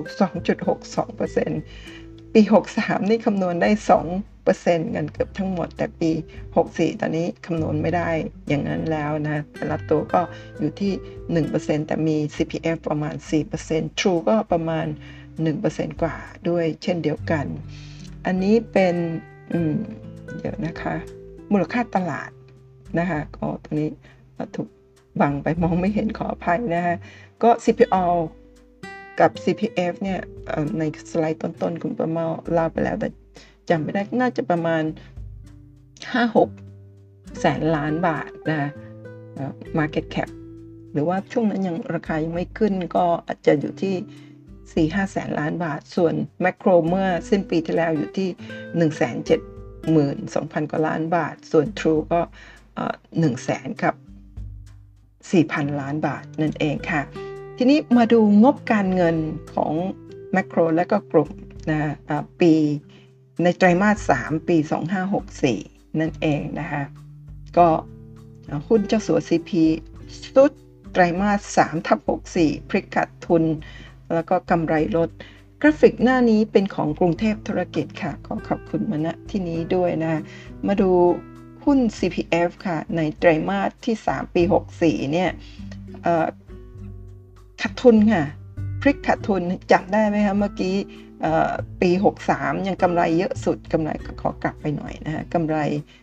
2.62% ปี 63 นี่คำนวณได้ 2% กันเกือบทั้งหมดแต่ปี 64 ตอนนี้คำนวณไม่ได้อย่างนั้นแล้วนะแต่ละตัวก็อยู่ที่ 1% แต่มี CPF ประมาณ 4% True ก็ประมาณ 1% กว่าด้วยเช่นเดียวกันอันนี้เป็นเดี๋ยวนะคะมูลค่าตลาดนะคะก็ตรงนี้ถูกบังไปมองไม่เห็นขออภัยนะคะก็ CPO กับ CPF เนี่ยในสไลด์ต้นๆคุณประเมาเล่าไปแล้วแต่จำไม่ได้น่าจะประมาณ 5-6 แสนล้านบาทนะ Market Cap หรือว่าช่วงนั้นยังราคายังไม่ขึ้นก็อาจจะอยู่ที่ 4-5 แสนล้านบาทส่วน Macro เมื่อสิ้นปีที่แล้วอยู่ที่ 172,000 กว่าล้านบาทส่วน True ก็100,000 กับ 4,000 ล้านบาทนั่นเองค่ะทีนี้มาดูงบการเงินของ Macro และก็กลุ่มนะปีในไตรมาส 3 ปี 2564 นั่นเองนะคะก็หุ้นเจ้าสัว CP สุดไตรมาส 3/64 พลิกขาดทุนแล้วก็กำไรลดกราฟิกหน้านี้เป็นของกรุงเทพธุรกิจค่ะขอขอบคุณมาณที่นี้ด้วยนะมาดูหุ้น CPF ค่ะในไตรมาสที่ 3 ปี 64 เนี่ยขาดทุนค่ะพลิกขาดทุนจำได้ไหมคะเมื่อกี้ปี 63 ยังกำไรเยอะสุดกำไรขอกลับไปหน่อยนะฮะกำไร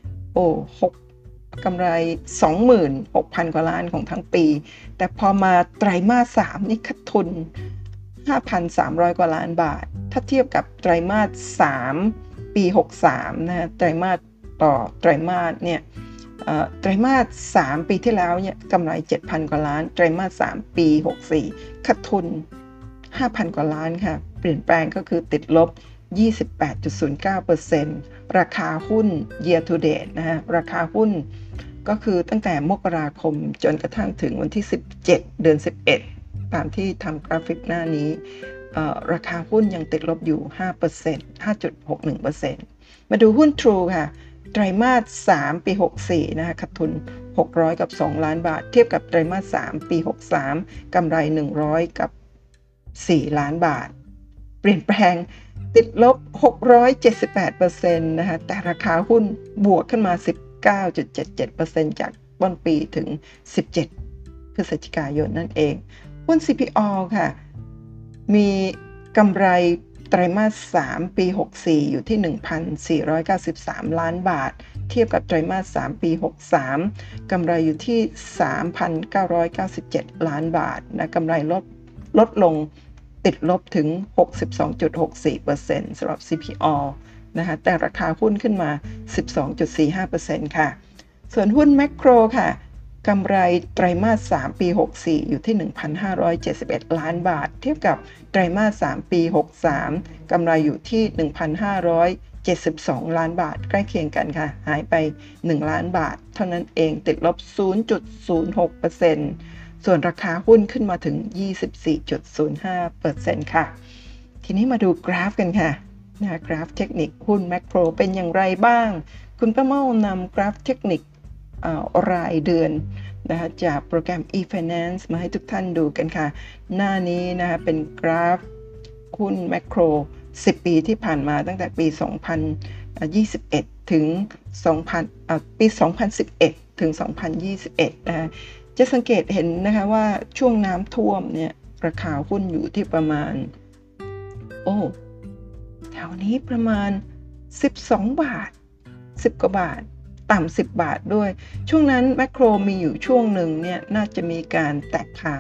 กำไร 26,000 กว่าล้านของทั้งปีแต่พอมาไตรมาส 3 นี่ขาดทุน 5,300 กว่าล้านบาทถ้าเทียบกับไตรมาส 3 ปี 63 นะฮะไตรมาสต่อไตรมาสเนี่ยไตรมาส 3 ปีที่แล้วเนี่ยกำไร 7,000 กว่าล้านไตรมาส 3 ปี 64 ขาดทุน 5,000 กว่าล้านค่ะเปลี่ยนแปลงก็คือติดลบ 28.09% ราคาหุ้น year to date นะฮะราคาหุ้นก็คือตั้งแต่มกราคมจนกระทั่งถึงวันที่ 17 เดือน 11 ตามที่ทำกราฟิกหน้านี้ราคาหุ้นยังติดลบอยู่ 5% 5.61% มาดูหุ้น True ค่ะไตรมาส 3 ปี 64 นะคะขาดทุน600 กับ 2 ล้านบาทเทียบกับไตรมาส 3 ปี 63 กำไร 100 กับ 4 ล้านบาทเปลี่ยนแปลงติดลบ 678% นะคะแต่ราคาหุ้นบวกขึ้นมา 19.77% จากต้นปีถึง 17 พฤศจิกายนนั่นเองหุ้น CPO ค่ะมีกำไรไตไตรมาส3ปี64อยู่ที่ 1,493 ล้านบาทเทียบกับไตรมาส3ปี63กำไรอยู่ที่ 3,997 ล้านบาทนะกำไรลดลงติดลบถึง 62.64% สำหรับ CPO นะคะแต่ราคาหุ้นขึ้นมา 12.45% ค่ะส่วนหุ้นแมคโครค่ะกำไรไตรมาส3ปี64อยู่ที่ 1,571 ล้านบาทเทียบกับไตรมาส3ปี63กำไรอยู่ที่ 1,572 ล้านบาทใกล้เคียงกันค่ะหายไป1ล้านบาทเท่านั้นเองติดลบ 0.06% ส่วนราคาหุ้นขึ้นมาถึง 24.05% ค่ะทีนี้มาดูกราฟกันค่ะกราฟเทคนิคหุ้นแมคโครเป็นอย่างไรบ้างคุณป้าเม้านำกราฟเทคนิครายเดือนนะคะจากโปรแกรม e-finance มาให้ทุกท่านดูกันค่ะหน้านี้นะคะเป็นกราฟหุ้นแมคโคร10 ปีที่ผ่านมาตั้งแต่ปี 2021 ถึง ปี 2011 ถึง 2021 นะคะจะสังเกตเห็นนะคะว่าช่วงน้ำท่วมเนี่ยราคาหุ้นอยู่ที่ประมาณแถวนี้ประมาณ12 บาท10 กว่าบาทต่ำ10 บาทด้วยช่วงนั้นแมคโครมีอยู่ช่วงหนึ่งเนี่ยน่าจะมีการแตกพา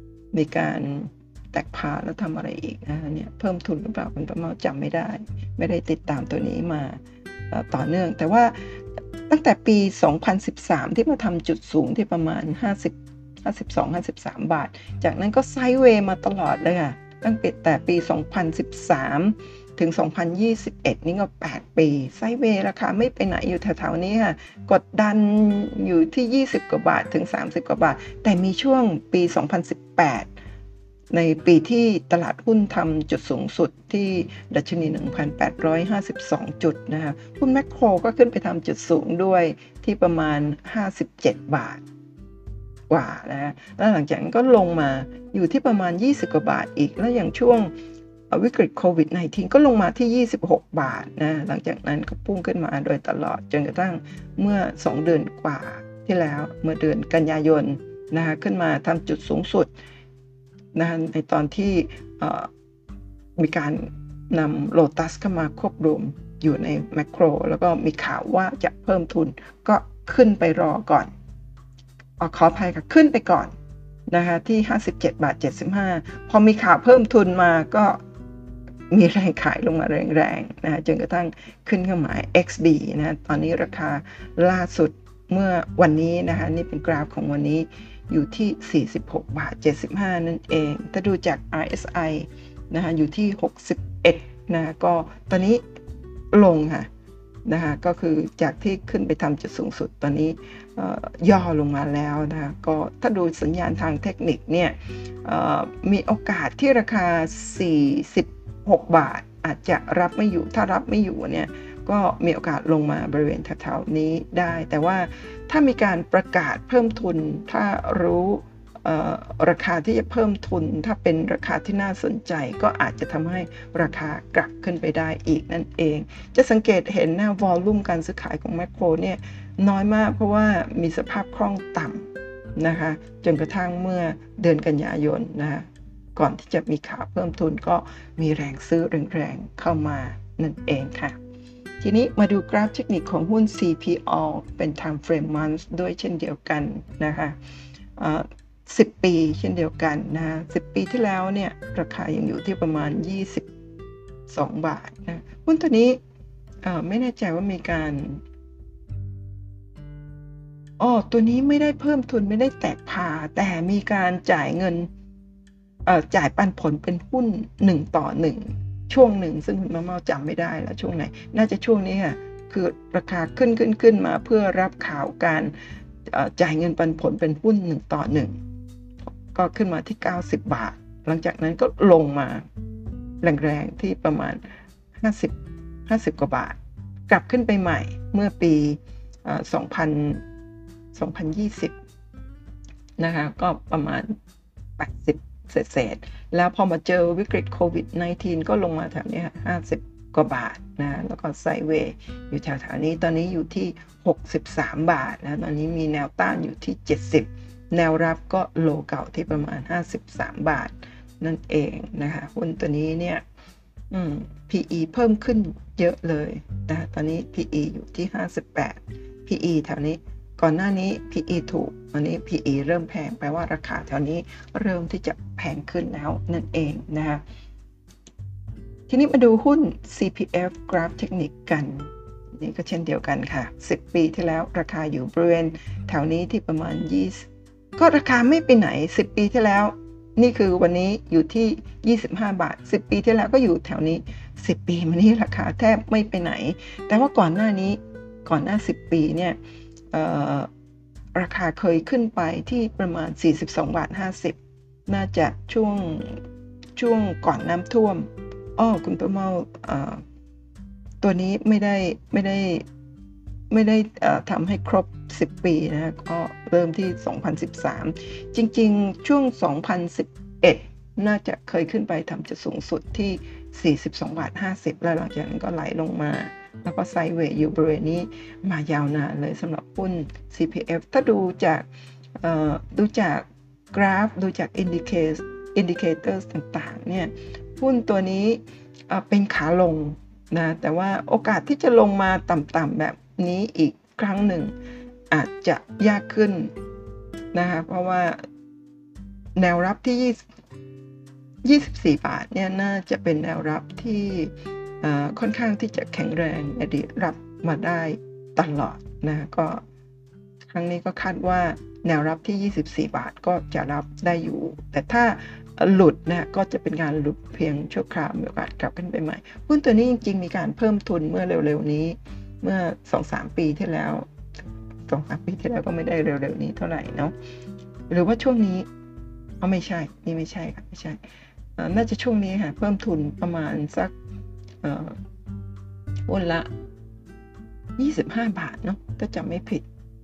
แล้วทำอะไรอีกนะเนี่ยเพิ่มทุนหรือเปล่าคุณประเมาจำไม่ได้ติดตามตัวนี้มาต่อเนื่องแต่ว่าตั้งแต่ปี 2013 ที่มาทำจุดสูงที่ประมาณ52-53 บาทจากนั้นก็ไซด์เวย์มาตลอดเลยค่ะตั้งแต่ปี 2013 ถึง 2021 นี่ก็8 ปีไซด์เวย์ราคาไม่ไปไหนอยู่แถวๆนี้ค่ะกดดันอยู่ที่20 กว่าบาทถึง30 กว่าบาทแต่มีช่วงปี 2018 ในปีที่ตลาดหุ้นทำจุดสูงสุดที่ดัชนี 1,852 จุดนะคะหุ้นแมคโครก็ขึ้นไปทำจุดสูงด้วยที่ประมาณ57 บาทกว่านะแล้วหลังจากนั้นก็ลงมาอยู่ที่ประมาณ20 กว่าบาทอีกแล้วอย่างช่วงวิกฤตโควิด -19 ก็ลงมาที่26 บาทนะหลังจากนั้นก็พุ่งขึ้นมาโดยตลอดจนกระทั่งเมื่อ2 เดือนกว่าที่แล้วเมื่อเดือนกันยายนนะคะขึ้นมาทำจุดสูงสุดนะในตอนที่มีการนำโลตัสเข้ามาควบรวมอยู่ในแมคโครแล้วก็มีข่าวว่าจะเพิ่มทุนก็ขึ้นไปรอก่อนขออภัยค่ะขึ้นไปก่อนนะคะที่57.75 พอมีข่าวเพิ่มทุนมาก็มีแรงขายลงมาแรงๆนะจนกระทั่งขึ้นเครื่องหมาย XB นะตอนนี้ราคาล่าสุดเมื่อวันนี้นะคะนี่เป็นกราฟของวันนี้อยู่ที่46.75 นั่นเองถ้าดูจาก RSI นะคะอยู่ที่61นะก็ตอนนี้ลงค่ะนะคะก็คือจากที่ขึ้นไปทำจุดสูงสุดตอนนี้ย่อลงมาแล้วนะก็ถ้าดูสัญญาณทางเทคนิคเนี่ยมีโอกาสที่ราคา46 บาทอาจจะรับไม่อยู่ถ้ารับไม่อยู่เนี่ยก็มีโอกาสลงมาบริเวณแถวๆนี้ได้แต่ว่าถ้ามีการประกาศเพิ่มทุนถ้ารู้ราคาที่จะเพิ่มทุนถ้าเป็นราคาที่น่าสนใจก็อาจจะทำให้ราคากลับขึ้นไปได้อีกนั่นเองจะสังเกตเห็นวอลลุ่มการซื้อขายของแมคโครเนี่ยน้อยมากเพราะว่ามีสภาพคล่องต่ำนะคะจนกระทั่งเมื่อเดือนกันยายนนะคะก่อนที่จะมีข่าวเพิ่มทุนก็มีแรงซื้อแรงๆเข้ามานั่นเองค่ะทีนี้มาดูกราฟเทคนิคของหุ้น CPO เป็น Time Frame Months ด้วยเช่นเดียวกันนะคะ10 ปีเช่นเดียวกันนะ10 ปีที่แล้วเนี่ยราคายังอยู่ที่ประมาณ22 บาทนะหุ้นตัวนี้ไม่แน่ใจว่ามีการตัวนี้ไม่ได้เพิ่มทุนไม่ได้แตกพาแต่มีการจ่ายเงินจ่ายปันผลเป็นหุ้น1:1ช่วงหนึ่งซึ่งคุณมะเมาจำไม่ได้แล้วช่วงไหนน่าจะช่วงนี้ค่ะคือราคาขึ้นมาเพื่อรับข่าวการจ่ายเงินปันผลเป็นหุ้น1:1ก็ขึ้นมาที่90 บาทหลังจากนั้นก็ลงมาแรงๆที่ประมาณ50 กว่าบาทกลับขึ้นไปใหม่เมื่อปี2020นะคะก็ประมาณ80เศษแล้วพอมาเจอวิกฤตโควิด -19 ก็ลงมาแถวนี้50 กว่าบาทนะแล้วก็ไซด์เวย์อยู่แถวๆนี้ตอนนี้อยู่ที่63 บาทนะตอนนี้มีแนวต้านอยู่ที่70แนวรับก็โลเก่าที่ประมาณ53 บาทนั่นเองนะคะหุ้นตัวนี้เนี่ย PE เพิ่มขึ้นเยอะเลยนะตอนนี้ PE อยู่ที่58 PE แถวนี้ก่อนหน้านี้ PE ถูกตอนนี้ PE เริ่มแพงแปลว่าราคาแถวนี้เริ่มที่จะแพงขึ้นแล้วนั่นเองนะคะทีนี้มาดูหุ้น CPF กราฟเทคนิคกันนี่ก็เช่นเดียวกันค่ะ10 ปีที่แล้วราคาอยู่บริเวณแถวนี้ที่ประมาณ20ก็ราคาไม่ไปไหน10 ปีที่แล้วนี่คือวันนี้อยู่ที่25 บาท10 ปีที่แล้วก็อยู่แถวนี้10 ปีมานี้ราคาแทบไม่ไปไหนแต่ว่าก่อนหน้า10 ปีเนี่ยราคาเคยขึ้นไปที่ประมาณ42.50 บาทน่าจะช่วงก่อนน้ำท่วมคุณประเมาตัวนี้ไม่ได้ทำให้ครบ10 ปีนะก็เริ่มที่2013จริงๆช่วง2011น่าจะเคยขึ้นไปทำจุดสูงสุดที่42.50 บาทแล้วหลังจากนั้นก็ไหลลงมาแล้วก็ไซด์เวย์อยู่บริเวณนี้มายาวนานเลยสำหรับหุ้น CPF ถ้าดูจากกราฟดูจากindicators ต่างๆเนี่ยหุ้นตัวนี้เป็นขาลงนะแต่ว่าโอกาสที่จะลงมาต่ำๆแบบนี้อีกครั้งหนึ่งอาจจะยากขึ้นนะคะเพราะว่าแนวรับที่24 บาทเนี่ยน่าจะเป็นแนวรับที่ค่อนข้างที่จะแข็งแรงอดีตรับมาได้ตลอดนะก็ครั้งนี้ก็คาดว่าแนวรับที่24 บาทก็จะรับได้อยู่แต่ถ้าหลุดนะก็จะเป็นการหลุดเพียงชั่วคราวมีโอกาสกลับขึ้นไปใหม่หุ้นตัวนี้จริงๆมีการเพิ่มทุนเมื่อเร็วๆนี้เมื่อ 2-3 ปีที่แล้ว 2-3 ปีที่แล้วก็ไม่ได้เร็วๆนี้เท่าไหร่เนาะหรือว่าช่วงนี้ไม่ใช่นี่ไม่ใช่ค่ะไม่ใช่น่าจะช่วงนี้ค่ะเพิ่มทุนประมาณสักหุ้นละ25 บาทเนาะถ้าจำไม่ผิด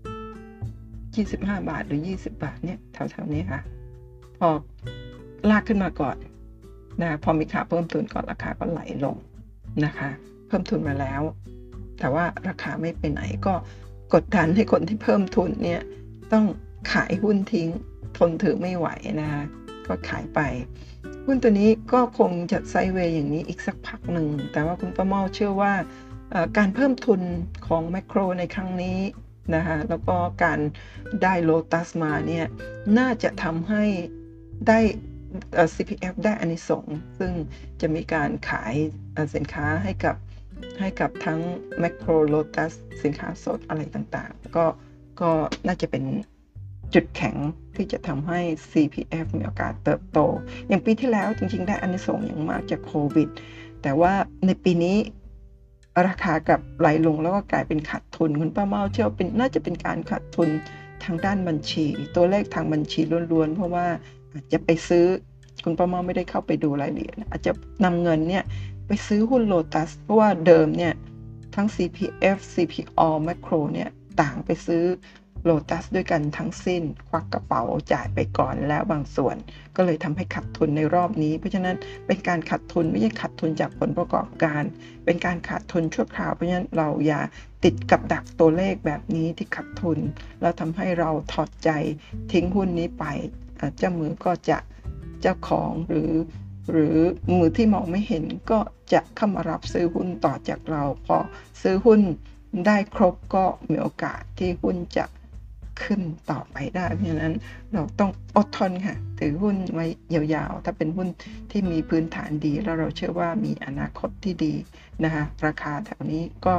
25 บาทหรือ20 บาทเนี่ยแถวๆนี้ค่ะพอลากขึ้นมาก่อนนะพอมีข่าวเพิ่มทุนก่อนราคาก็ไหลลงนะคะเพิ่มทุนมาแล้วแต่ว่าราคาไม่ไปไหนก็กดดันให้คนที่เพิ่มทุนเนี่ยต้องขายหุ้นทิ้งทนถือไม่ไหวนะคะก็ขายไปหุ้นตัวนี้ก็คงจะไซด์เวย์อย่างนี้อีกสักพักหนึ่งแต่ว่าคุณประเมาเชื่อว่าการเพิ่มทุนของแมคโครในครั้งนี้นะคะแล้วก็การได้โลตัสมาเนี่ยน่าจะทำให้ได้CPF ได้อานิสงส์ซึ่งจะมีการขายสินค้าให้กับทั้งแมคโครโลตัสสินค้าสดอะไรต่างๆก็น่าจะเป็นจุดแข็งที่จะทำให้ CPF มีโอกาสเติบโตอย่างปีที่แล้วจริงๆได้อานิสงส์อย่างมากจากโควิดแต่ว่าในปีนี้ราคากลับไหลลงแล้วก็กลายเป็นขาดทุนคุณป้าเมาเชื่อว่าน่าจะเป็นการขาดทุนทางด้านบัญชีตัวเลขทางบัญชีล้วนๆเพราะว่าอาจจะไปซื้อคุณป้าเมาไม่ได้เข้าไปดูรายละเอียดอาจจะนำเงินเนี่ยไปซื้อหุ้นโลตัสเพราะว่าเดิมเนี่ยทั้ง CPF CPO Macro เนี่ยต่างไปซื้อโลตัสด้วยกันทั้งสิ้นควักกระเป๋าจ่ายไปก่อนแล้วบางส่วนก็เลยทำให้ขาดทุนในรอบนี้เพราะฉะนั้นเป็นการขาดทุนไม่ใช่ขาดทุนจากผลประกอบการเป็นการขาดทุนชั่วคราวเพราะฉะนั้นเราอย่าติดกับดักตัวเลขแบบนี้ที่ขาดทุนแล้วทำให้เราถอดใจทิ้งหุ้นนี้ไปเจ้ามือก็จะเจ้าของหรือมือที่มองไม่เห็นก็จะเข้ามารับซื้อหุ้นต่อจากเราพอซื้อหุ้นได้ครบก็มีโอกาสที่หุ้นจะขึ้นต่อไปได้เพราะฉะนั้นเราต้องอดทนค่ะถือหุ้นไว้ยาวๆถ้าเป็นหุ้นที่มีพื้นฐานดีแล้วเราเชื่อว่ามีอนาคตที่ดีนะคะราคาแถวนี้ก็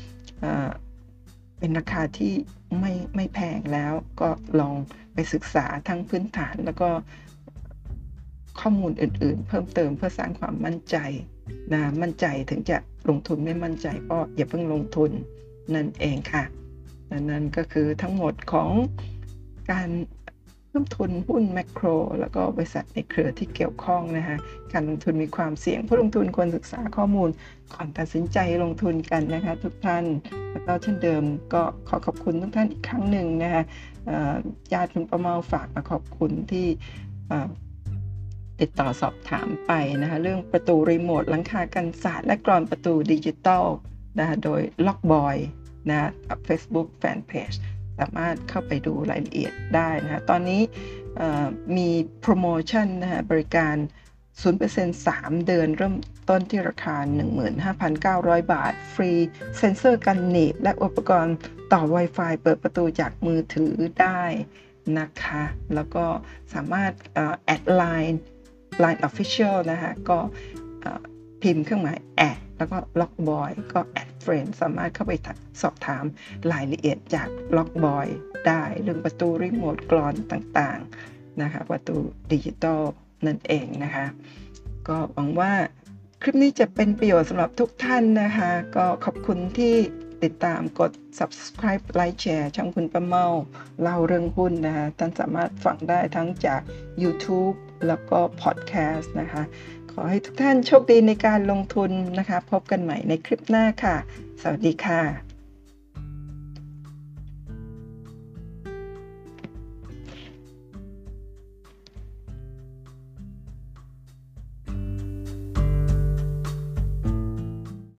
เป็นราคาที่ไม่แพงแล้วก็ลองไปศึกษาทั้งพื้นฐานแล้วก็ข้อมูลอื่นๆเพิ่มเติมเพื่อสร้างความมั่นใจนะมั่นใจถึงจะลงทุนไม่มั่นใจก็อย่าเพิ่งลงทุนนั่นเองค่ะนั่นก็คือทั้งหมดของการเพิ่มทุนหุ้นแมคโครแล้วก็บริษัทในเครือที่เกี่ยวข้องนะคะการลงทุนมีความเสี่ยงผู้ลงทุนควรศึกษาข้อมูลก่อนตัดสินใจลงทุนกันนะคะทุกท่านแล้วก็เช่นเดิมก็ขอขอบคุณทุกท่านอีกครั้งหนึ่งนะคะญาติคุณประเมาฝากมาขอบคุณที่ติดต่อสอบถามไปนะคะเรื่องประตูรีโมทหลังคากันศาสตร์และกรอนประตูดิจิตอลนะคะโดยล็อกบอยนะ Facebook Fanpage สามารถเข้าไปดูรายละเอียดได้นะคะตอนนี้มีโปรโมชั่นนะคะบริการ 0% 3 เดือนเริ่มต้นที่ราคา 15,900 บาทฟรีเซ็นเซอร์กันหนีบและอุปกรณ์ต่อ Wi-Fi เปิดประตูจากมือถือได้นะคะแล้วก็สามารถแอดLine Official นะคะก็พิมพ์เครื่องหมายแอดแล้วก็ล็อกบอยก็แอดเฟรนด์สามารถเข้าไปสอบถามรายละเอียดจากล็อกบอยได้เรื่องประตูรีโมทกลอนต่างๆนะคะประตูดิจิตอลนั่นเองนะคะก็หวังว่าคลิปนี้จะเป็นประโยชน์สำหรับทุกท่านนะคะก็ขอบคุณที่ติดตามกด subscribe like share ช่องคุณป้าเมาเล่าเรื่องหุ้นนะคะท่านสามารถฟังได้ทั้งจาก YouTube แล้วก็ podcast นะคะขอให้ทุกท่านโชคดีในการลงทุนนะคะพบกันใหม่ในคลิปหน้าค่ะสวัสดีค่ะ